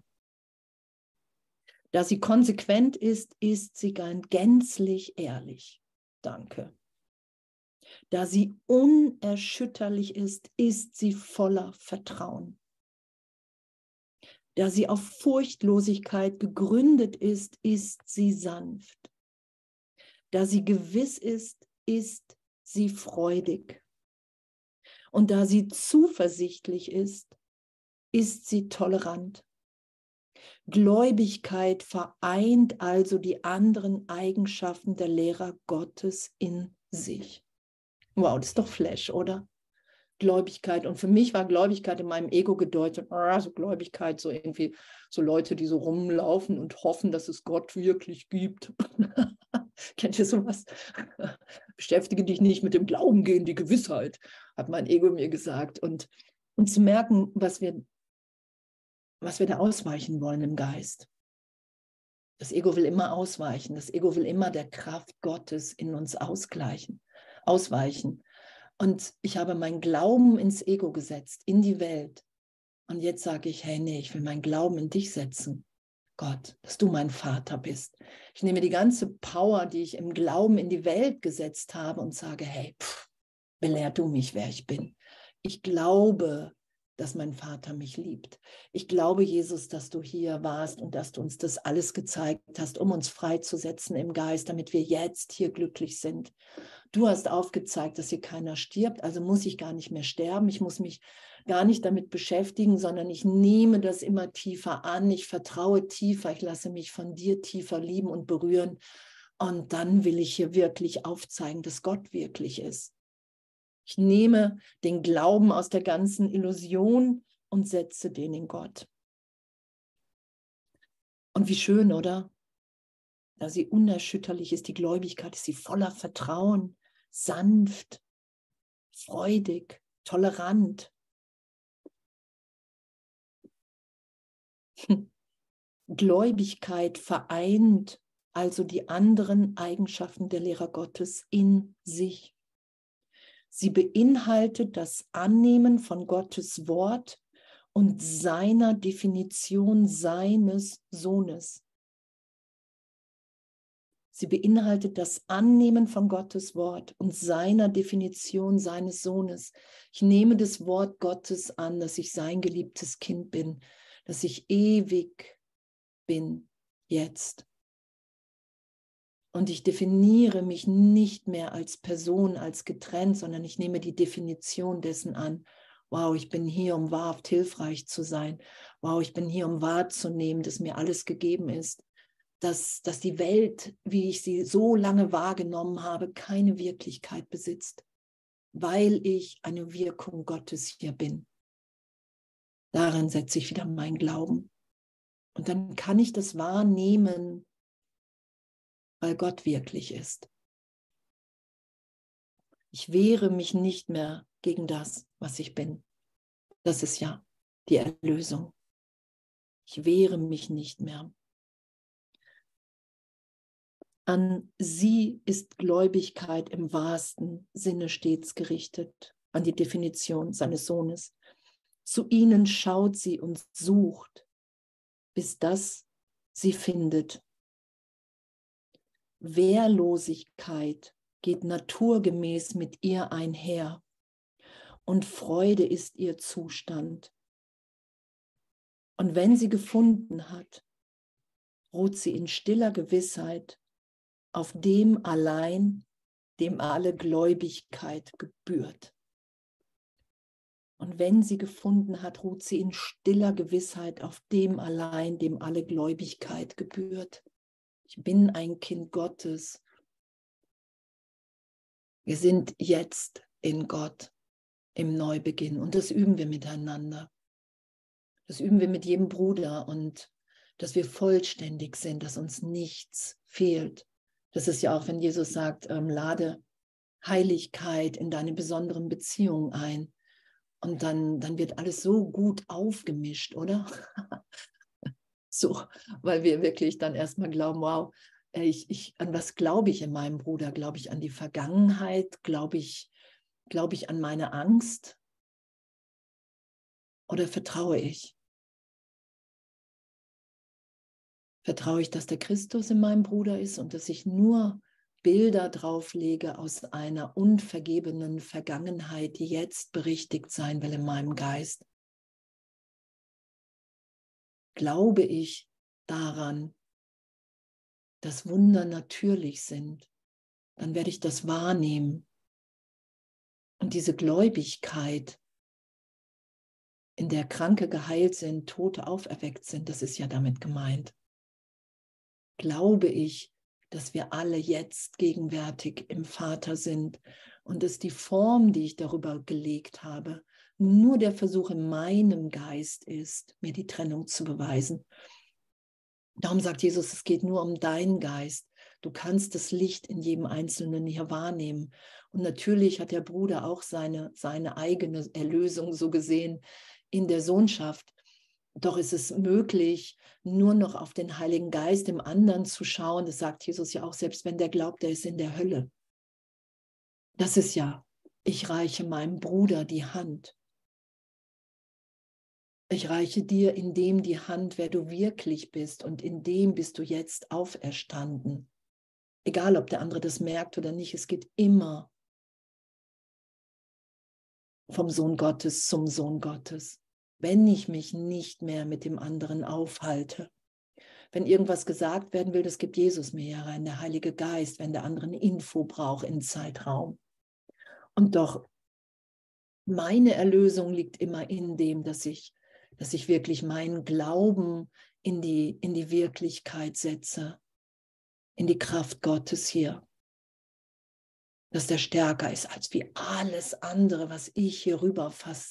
Da sie konsequent ist, ist sie gänzlich ehrlich. Danke. Da sie unerschütterlich ist sie voller Vertrauen. Da sie auf Furchtlosigkeit gegründet ist sie sanft. Da sie gewiss ist sie freudig. Und da sie zuversichtlich ist sie tolerant. Gläubigkeit vereint also die anderen Eigenschaften der Lehrer Gottes in sich. Wow, das ist doch Flash, oder? Gläubigkeit. Und für mich war Gläubigkeit in meinem Ego gedeutet, so Gläubigkeit, so irgendwie so Leute, die so rumlaufen und hoffen, dass es Gott wirklich gibt. Kennt ihr sowas? Beschäftige dich nicht mit dem Glauben gegen die Gewissheit, hat mein Ego mir gesagt. Und zu merken, was wir da ausweichen wollen im Geist. Das Ego will immer ausweichen. Das Ego will immer der Kraft Gottes in uns ausweichen. Und ich habe meinen Glauben ins Ego gesetzt, in die Welt. Und jetzt sage ich, hey, nee, ich will meinen Glauben in dich setzen. Gott, dass du mein Vater bist. Ich nehme die ganze Power, die ich im Glauben in die Welt gesetzt habe und sage, hey, belehr du mich, wer ich bin. Ich glaube, dass mein Vater mich liebt. Ich glaube, Jesus, dass du hier warst und dass du uns das alles gezeigt hast, um uns freizusetzen im Geist, damit wir jetzt hier glücklich sind. Du hast aufgezeigt, dass hier keiner stirbt, also muss ich gar nicht mehr sterben. Ich muss mich gar nicht damit beschäftigen, sondern ich nehme das immer tiefer an. Ich vertraue tiefer. Ich lasse mich von dir tiefer lieben und berühren. Und dann will ich hier wirklich aufzeigen, dass Gott wirklich ist. Ich nehme den Glauben aus der ganzen Illusion und setze den in Gott. Und wie schön, oder? Da sie unerschütterlich ist, die Gläubigkeit, ist sie voller Vertrauen, sanft, freudig, tolerant. Gläubigkeit vereint also die anderen Eigenschaften der Lehrer Gottes in sich. Sie beinhaltet das Annehmen von Gottes Wort und seiner Definition seines Sohnes. Sie beinhaltet das Annehmen von Gottes Wort und seiner Definition seines Sohnes. Ich nehme das Wort Gottes an, dass ich sein geliebtes Kind bin, dass ich ewig bin, jetzt. Und ich definiere mich nicht mehr als Person, als getrennt, sondern ich nehme die Definition dessen an. Wow, ich bin hier, um wahrhaft hilfreich zu sein. Wow, ich bin hier, um wahrzunehmen, dass mir alles gegeben ist. Dass die Welt, wie ich sie so lange wahrgenommen habe, keine Wirklichkeit besitzt, weil ich eine Wirkung Gottes hier bin. Darin setze ich wieder meinen Glauben. Und dann kann ich das wahrnehmen, weil Gott wirklich ist. Ich wehre mich nicht mehr gegen das, was ich bin. Das ist ja die Erlösung. Ich wehre mich nicht mehr. An sie ist Gläubigkeit im wahrsten Sinne stets gerichtet, an die Definition seines Sohnes. Zu ihnen schaut sie und sucht, bis das sie findet. Wehrlosigkeit geht naturgemäß mit ihr einher und Freude ist ihr Zustand. Und wenn sie gefunden hat, ruht sie in stiller Gewissheit auf dem allein, dem alle Gläubigkeit gebührt. Und wenn sie gefunden hat, ruht sie in stiller Gewissheit auf dem allein, dem alle Gläubigkeit gebührt. Ich bin ein Kind Gottes. Wir sind jetzt in Gott im Neubeginn und das üben wir miteinander. Das üben wir mit jedem Bruder und dass wir vollständig sind, dass uns nichts fehlt. Das ist ja auch, wenn Jesus sagt, lade Heiligkeit in deine besonderen Beziehungen ein. Und dann wird alles so gut aufgemischt, oder? So, weil wir wirklich dann erstmal glauben, wow, an was glaube ich in meinem Bruder? Glaube ich an die Vergangenheit? Glaube ich an meine Angst? Oder vertraue ich? Vertraue ich, dass der Christus in meinem Bruder ist und dass ich nur Bilder drauflege aus einer unvergebenen Vergangenheit, die jetzt berichtigt sein will in meinem Geist? Glaube ich daran, dass Wunder natürlich sind? Dann werde ich das wahrnehmen. Und diese Gläubigkeit, in der Kranke geheilt sind, Tote auferweckt sind, das ist ja damit gemeint. Glaube ich, dass wir alle jetzt gegenwärtig im Vater sind und dass die Form, die ich darüber gelegt habe, nur der Versuch in meinem Geist ist, mir die Trennung zu beweisen. Darum sagt Jesus, es geht nur um deinen Geist. Du kannst das Licht in jedem Einzelnen hier wahrnehmen. Und natürlich hat der Bruder auch seine eigene Erlösung so gesehen in der Sohnschaft. Doch ist es möglich, nur noch auf den Heiligen Geist im anderen zu schauen. Das sagt Jesus ja auch, selbst wenn der glaubt, der ist in der Hölle. Das ist ja, ich reiche meinem Bruder die Hand. Ich reiche dir in dem die Hand, wer du wirklich bist, und in dem bist du jetzt auferstanden. Egal, ob der andere das merkt oder nicht, es geht immer vom Sohn Gottes zum Sohn Gottes. Wenn ich mich nicht mehr mit dem anderen aufhalte, wenn irgendwas gesagt werden will, das gibt Jesus mir herein, der Heilige Geist, wenn der andere eine Info braucht im Zeitraum. Und doch, meine Erlösung liegt immer in dem, dass ich wirklich meinen Glauben in die Wirklichkeit setze, in die Kraft Gottes hier. Dass der stärker ist als wie alles andere, was ich hier rüber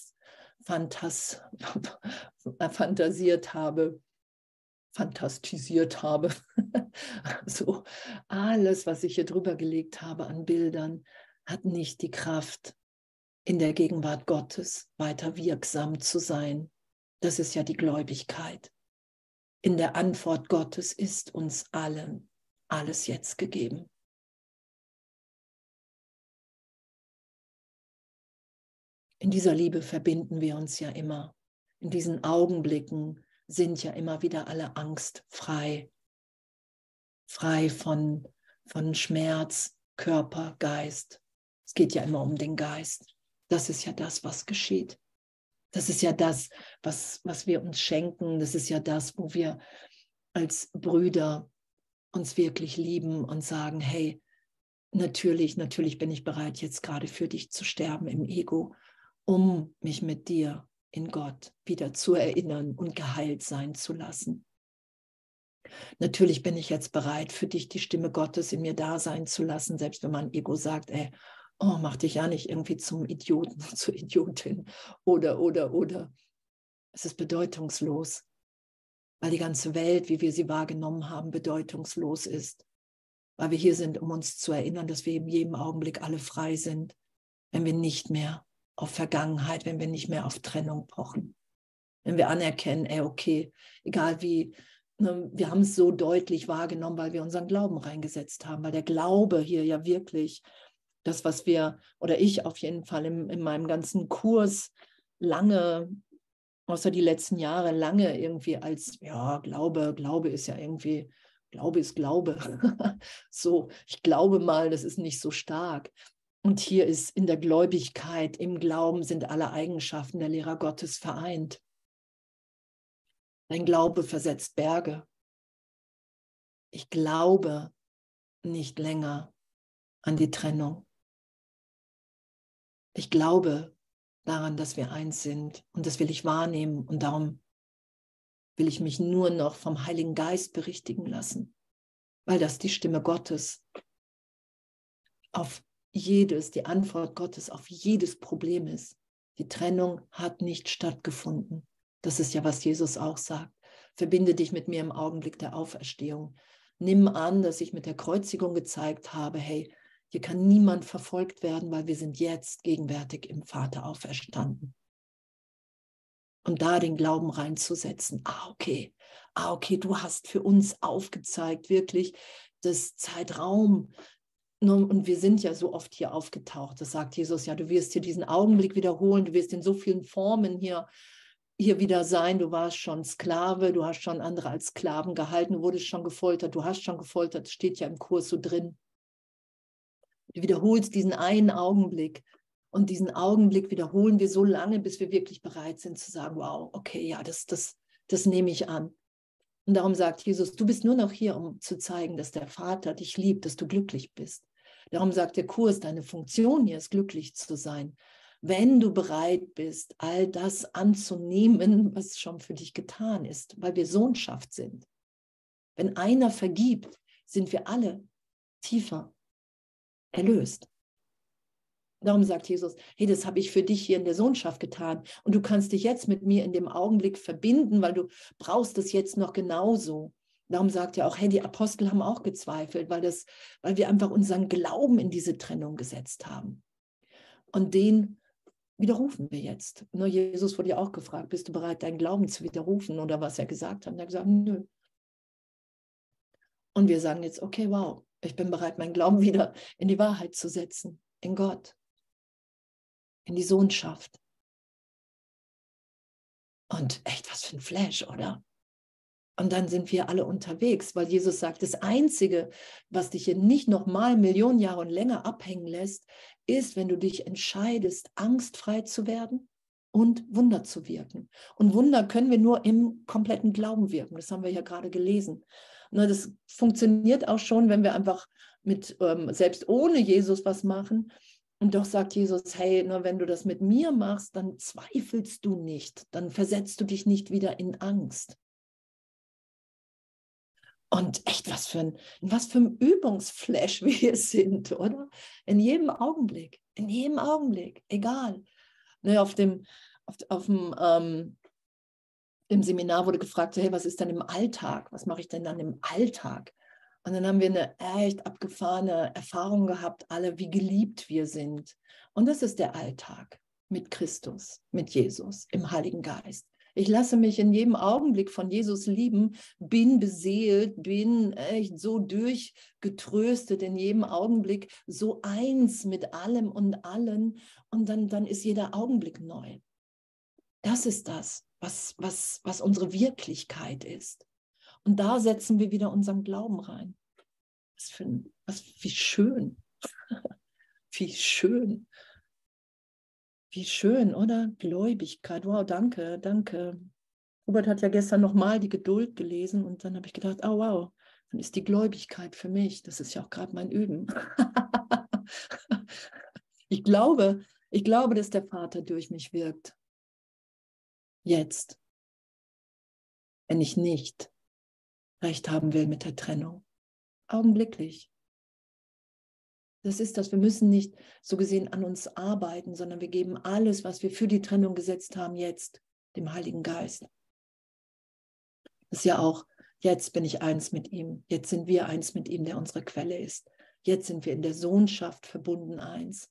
fantasiert habe, fantastisiert habe. So, alles, was ich hier drüber gelegt habe an Bildern, hat nicht die Kraft, in der Gegenwart Gottes weiter wirksam zu sein. Das ist ja die Gläubigkeit. In der Antwort Gottes ist uns allen alles jetzt gegeben. In dieser Liebe verbinden wir uns ja immer. In diesen Augenblicken sind ja immer wieder alle Angst frei. Frei von Schmerz, Körper, Geist. Es geht ja immer um den Geist. Das ist ja das, was geschieht. Das ist ja das, was wir uns schenken. Das ist ja das, wo wir als Brüder uns wirklich lieben und sagen, hey, natürlich bin ich bereit, jetzt gerade für dich zu sterben im Ego, um mich mit dir in Gott wieder zu erinnern und geheilt sein zu lassen. Natürlich bin ich jetzt bereit, für dich die Stimme Gottes in mir da sein zu lassen, selbst wenn mein Ego sagt, ey, oh, mach dich ja nicht irgendwie zum Idioten, zur Idiotin oder. Es ist bedeutungslos, weil die ganze Welt, wie wir sie wahrgenommen haben, bedeutungslos ist. Weil wir hier sind, um uns zu erinnern, dass wir in jedem Augenblick alle frei sind, wenn wir nicht mehr auf Vergangenheit, wenn wir nicht mehr auf Trennung pochen. Wenn wir anerkennen, ey, okay, egal wie, ne, wir haben es so deutlich wahrgenommen, weil wir unseren Glauben reingesetzt haben, weil der Glaube hier ja wirklich das, was wir, oder ich auf jeden Fall in meinem ganzen Kurs lange, außer die letzten Jahre, lange irgendwie als, ja, Glaube ist ja irgendwie, Glaube ist Glaube. So, ich glaube mal, das ist nicht so stark. Und hier ist in der Gläubigkeit, im Glauben sind alle Eigenschaften der Lehrer Gottes vereint. Dein Glaube versetzt Berge. Ich glaube nicht länger an die Trennung. Ich glaube daran, dass wir eins sind, und das will ich wahrnehmen, und darum will ich mich nur noch vom Heiligen Geist berichtigen lassen, weil das die Stimme Gottes auf jedes, die Antwort Gottes auf jedes Problem ist. Die Trennung hat nicht stattgefunden. Das ist ja, was Jesus auch sagt. Verbinde dich mit mir im Augenblick der Auferstehung. Nimm an, dass ich mit der Kreuzigung gezeigt habe, hey, hier kann niemand verfolgt werden, weil wir sind jetzt gegenwärtig im Vater auferstanden. Und da den Glauben reinzusetzen. Okay, du hast für uns aufgezeigt, wirklich das Zeitraum. Und wir sind ja so oft hier aufgetaucht. Das sagt Jesus, ja, du wirst hier diesen Augenblick wiederholen, du wirst in so vielen Formen hier wieder sein. Du warst schon Sklave, du hast schon andere als Sklaven gehalten, du wurdest schon gefoltert, du hast schon gefoltert, das steht ja im Kurs so drin. Du wiederholst diesen einen Augenblick. Und diesen Augenblick wiederholen wir so lange, bis wir wirklich bereit sind zu sagen, wow, okay, ja, das nehme ich an. Und darum sagt Jesus, du bist nur noch hier, um zu zeigen, dass der Vater dich liebt, dass du glücklich bist. Darum sagt der Kurs, deine Funktion hier ist, glücklich zu sein. Wenn du bereit bist, all das anzunehmen, was schon für dich getan ist, weil wir Sohnschaft sind. Wenn einer vergibt, sind wir alle tiefer erlöst. Darum sagt Jesus, hey, das habe ich für dich hier in der Sohnschaft getan. Und du kannst dich jetzt mit mir in dem Augenblick verbinden, weil du brauchst es jetzt noch genauso. Darum sagt er auch, hey, die Apostel haben auch gezweifelt, weil wir einfach unseren Glauben in diese Trennung gesetzt haben. Und den widerrufen wir jetzt. Nur Jesus wurde ja auch gefragt, bist du bereit, deinen Glauben zu widerrufen? Oder was er gesagt hat. Und er hat gesagt, nö. Und wir sagen jetzt, okay, wow, ich bin bereit, meinen Glauben wieder in die Wahrheit zu setzen, in Gott. In die Sohnschaft. Und echt, was für ein Flash, oder? Und dann sind wir alle unterwegs, weil Jesus sagt, das Einzige, was dich hier nicht nochmal Millionen Jahre und länger abhängen lässt, ist, wenn du dich entscheidest, angstfrei zu werden und Wunder zu wirken. Und Wunder können wir nur im kompletten Glauben wirken. Das haben wir ja gerade gelesen. Und das funktioniert auch schon, wenn wir einfach selbst ohne Jesus was machen. Und doch sagt Jesus, hey, nur wenn du das mit mir machst, dann zweifelst du nicht, dann versetzt du dich nicht wieder in Angst. Und echt, was für ein Übungsflash wir hier sind, oder? In jedem Augenblick, egal. Ne, im Seminar wurde gefragt, hey, was ist denn im Alltag? Was mache ich denn dann im Alltag? Und dann haben wir eine echt abgefahrene Erfahrung gehabt, alle, wie geliebt wir sind. Und das ist der Alltag mit Christus, mit Jesus, im Heiligen Geist. Ich lasse mich in jedem Augenblick von Jesus lieben, bin beseelt, bin echt so durchgetröstet in jedem Augenblick, so eins mit allem und allen. Und dann ist jeder Augenblick neu. Das ist das, was unsere Wirklichkeit ist. Und da setzen wir wieder unseren Glauben rein. Wie schön. Wie schön. Wie schön, oder? Gläubigkeit. Wow, danke, danke. Robert hat ja gestern nochmal die Geduld gelesen und dann habe ich gedacht, oh wow, dann ist die Gläubigkeit für mich. Das ist ja auch gerade mein Üben. Ich glaube, dass der Vater durch mich wirkt. Jetzt. Wenn ich nicht recht haben will mit der Trennung. Augenblicklich. Das ist das, wir müssen nicht so gesehen an uns arbeiten, sondern wir geben alles, was wir für die Trennung gesetzt haben, jetzt dem Heiligen Geist. Das ist ja auch, jetzt bin ich eins mit ihm, jetzt sind wir eins mit ihm, der unsere Quelle ist. Jetzt sind wir in der Sohnschaft verbunden eins.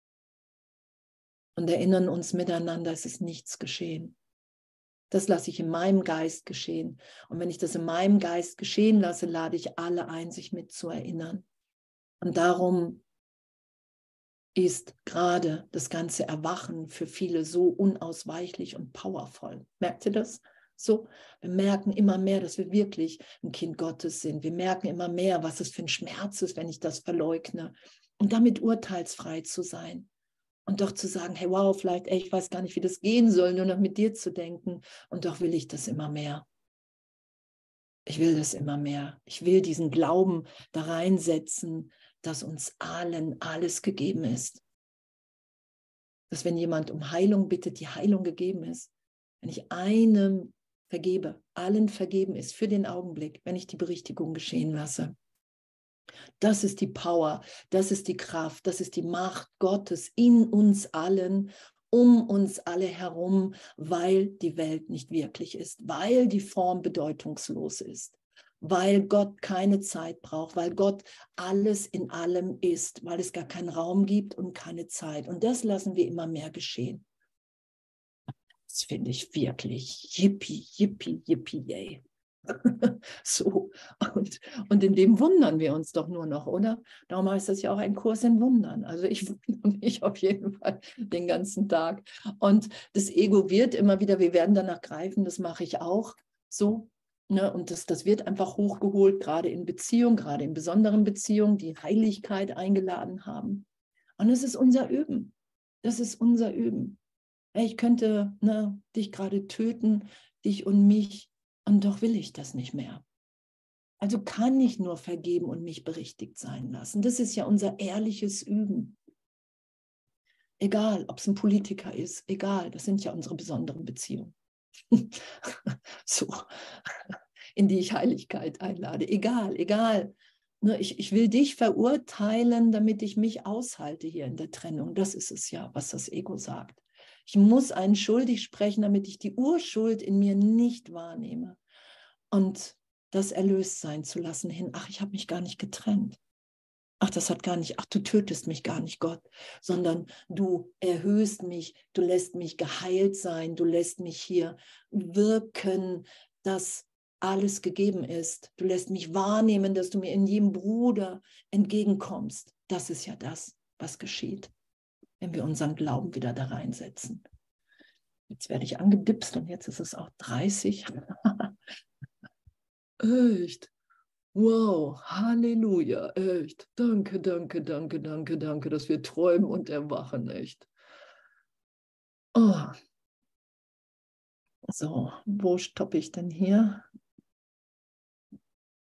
Und erinnern uns miteinander, es ist nichts geschehen. Das lasse ich in meinem Geist geschehen. Und wenn ich das in meinem Geist geschehen lasse, lade ich alle ein, sich mit zu erinnern. Und darum ist gerade das ganze Erwachen für viele so unausweichlich und powervoll. Merkt ihr das? So, wir merken immer mehr, dass wir wirklich ein Kind Gottes sind. Wir merken immer mehr, was es für ein Schmerz ist, wenn ich das verleugne. Und damit urteilsfrei zu sein. Und doch zu sagen, hey, wow, vielleicht, ey, ich weiß gar nicht, wie das gehen soll, nur noch mit dir zu denken. Und doch will ich das immer mehr. Ich will das immer mehr. Ich will diesen Glauben da reinsetzen, dass uns allen alles gegeben ist. Dass wenn jemand um Heilung bittet, die Heilung gegeben ist. Wenn ich einem vergebe, allen vergeben ist für den Augenblick, wenn ich die Berichtigung geschehen lasse. Das ist die Power, das ist die Kraft, das ist die Macht Gottes in uns allen, um uns alle herum, weil die Welt nicht wirklich ist, weil die Form bedeutungslos ist, weil Gott keine Zeit braucht, weil Gott alles in allem ist, weil es gar keinen Raum gibt und keine Zeit. Und das lassen wir immer mehr geschehen. Das finde ich wirklich yippie, yippie, yippie, yay. So, und in dem wundern wir uns doch nur noch, oder? Darum heißt das ja auch ein Kurs in Wundern. Also ich wundere mich auf jeden Fall den ganzen Tag. Und das Ego wird immer wieder, wir werden danach greifen, das mache ich auch so. Ne? Und das wird einfach hochgeholt, gerade in Beziehungen, gerade in besonderen Beziehungen, die Heiligkeit eingeladen haben. Und es ist unser Üben. Das ist unser Üben. Ich könnte dich gerade töten, dich und mich, und doch will ich das nicht mehr. Also kann ich nur vergeben und mich berichtigt sein lassen. Das ist ja unser ehrliches Üben. Egal, ob es ein Politiker ist, egal, das sind ja unsere besonderen Beziehungen. So, in die ich Heiligkeit einlade. Egal, egal. Ich will dich verurteilen, damit ich mich aushalte hier in der Trennung. Das ist es ja, was das Ego sagt. Ich muss einen schuldig sprechen, damit ich die Urschuld in mir nicht wahrnehme. Und das erlöst sein zu lassen hin. Ach, ich habe mich gar nicht getrennt. Ach, du tötest mich gar nicht, Gott, sondern du erhöhst mich, du lässt mich geheilt sein, du lässt mich hier wirken, dass alles gegeben ist. Du lässt mich wahrnehmen, dass du mir in jedem Bruder entgegenkommst. Das ist ja das, was geschieht, wenn wir unseren Glauben wieder da reinsetzen. Jetzt werde ich angedipst und jetzt ist es auch 30. Echt? Wow, Halleluja, echt. Danke, danke, danke, danke, danke, dass wir träumen und erwachen, echt. Oh. So, wo stoppe ich denn hier?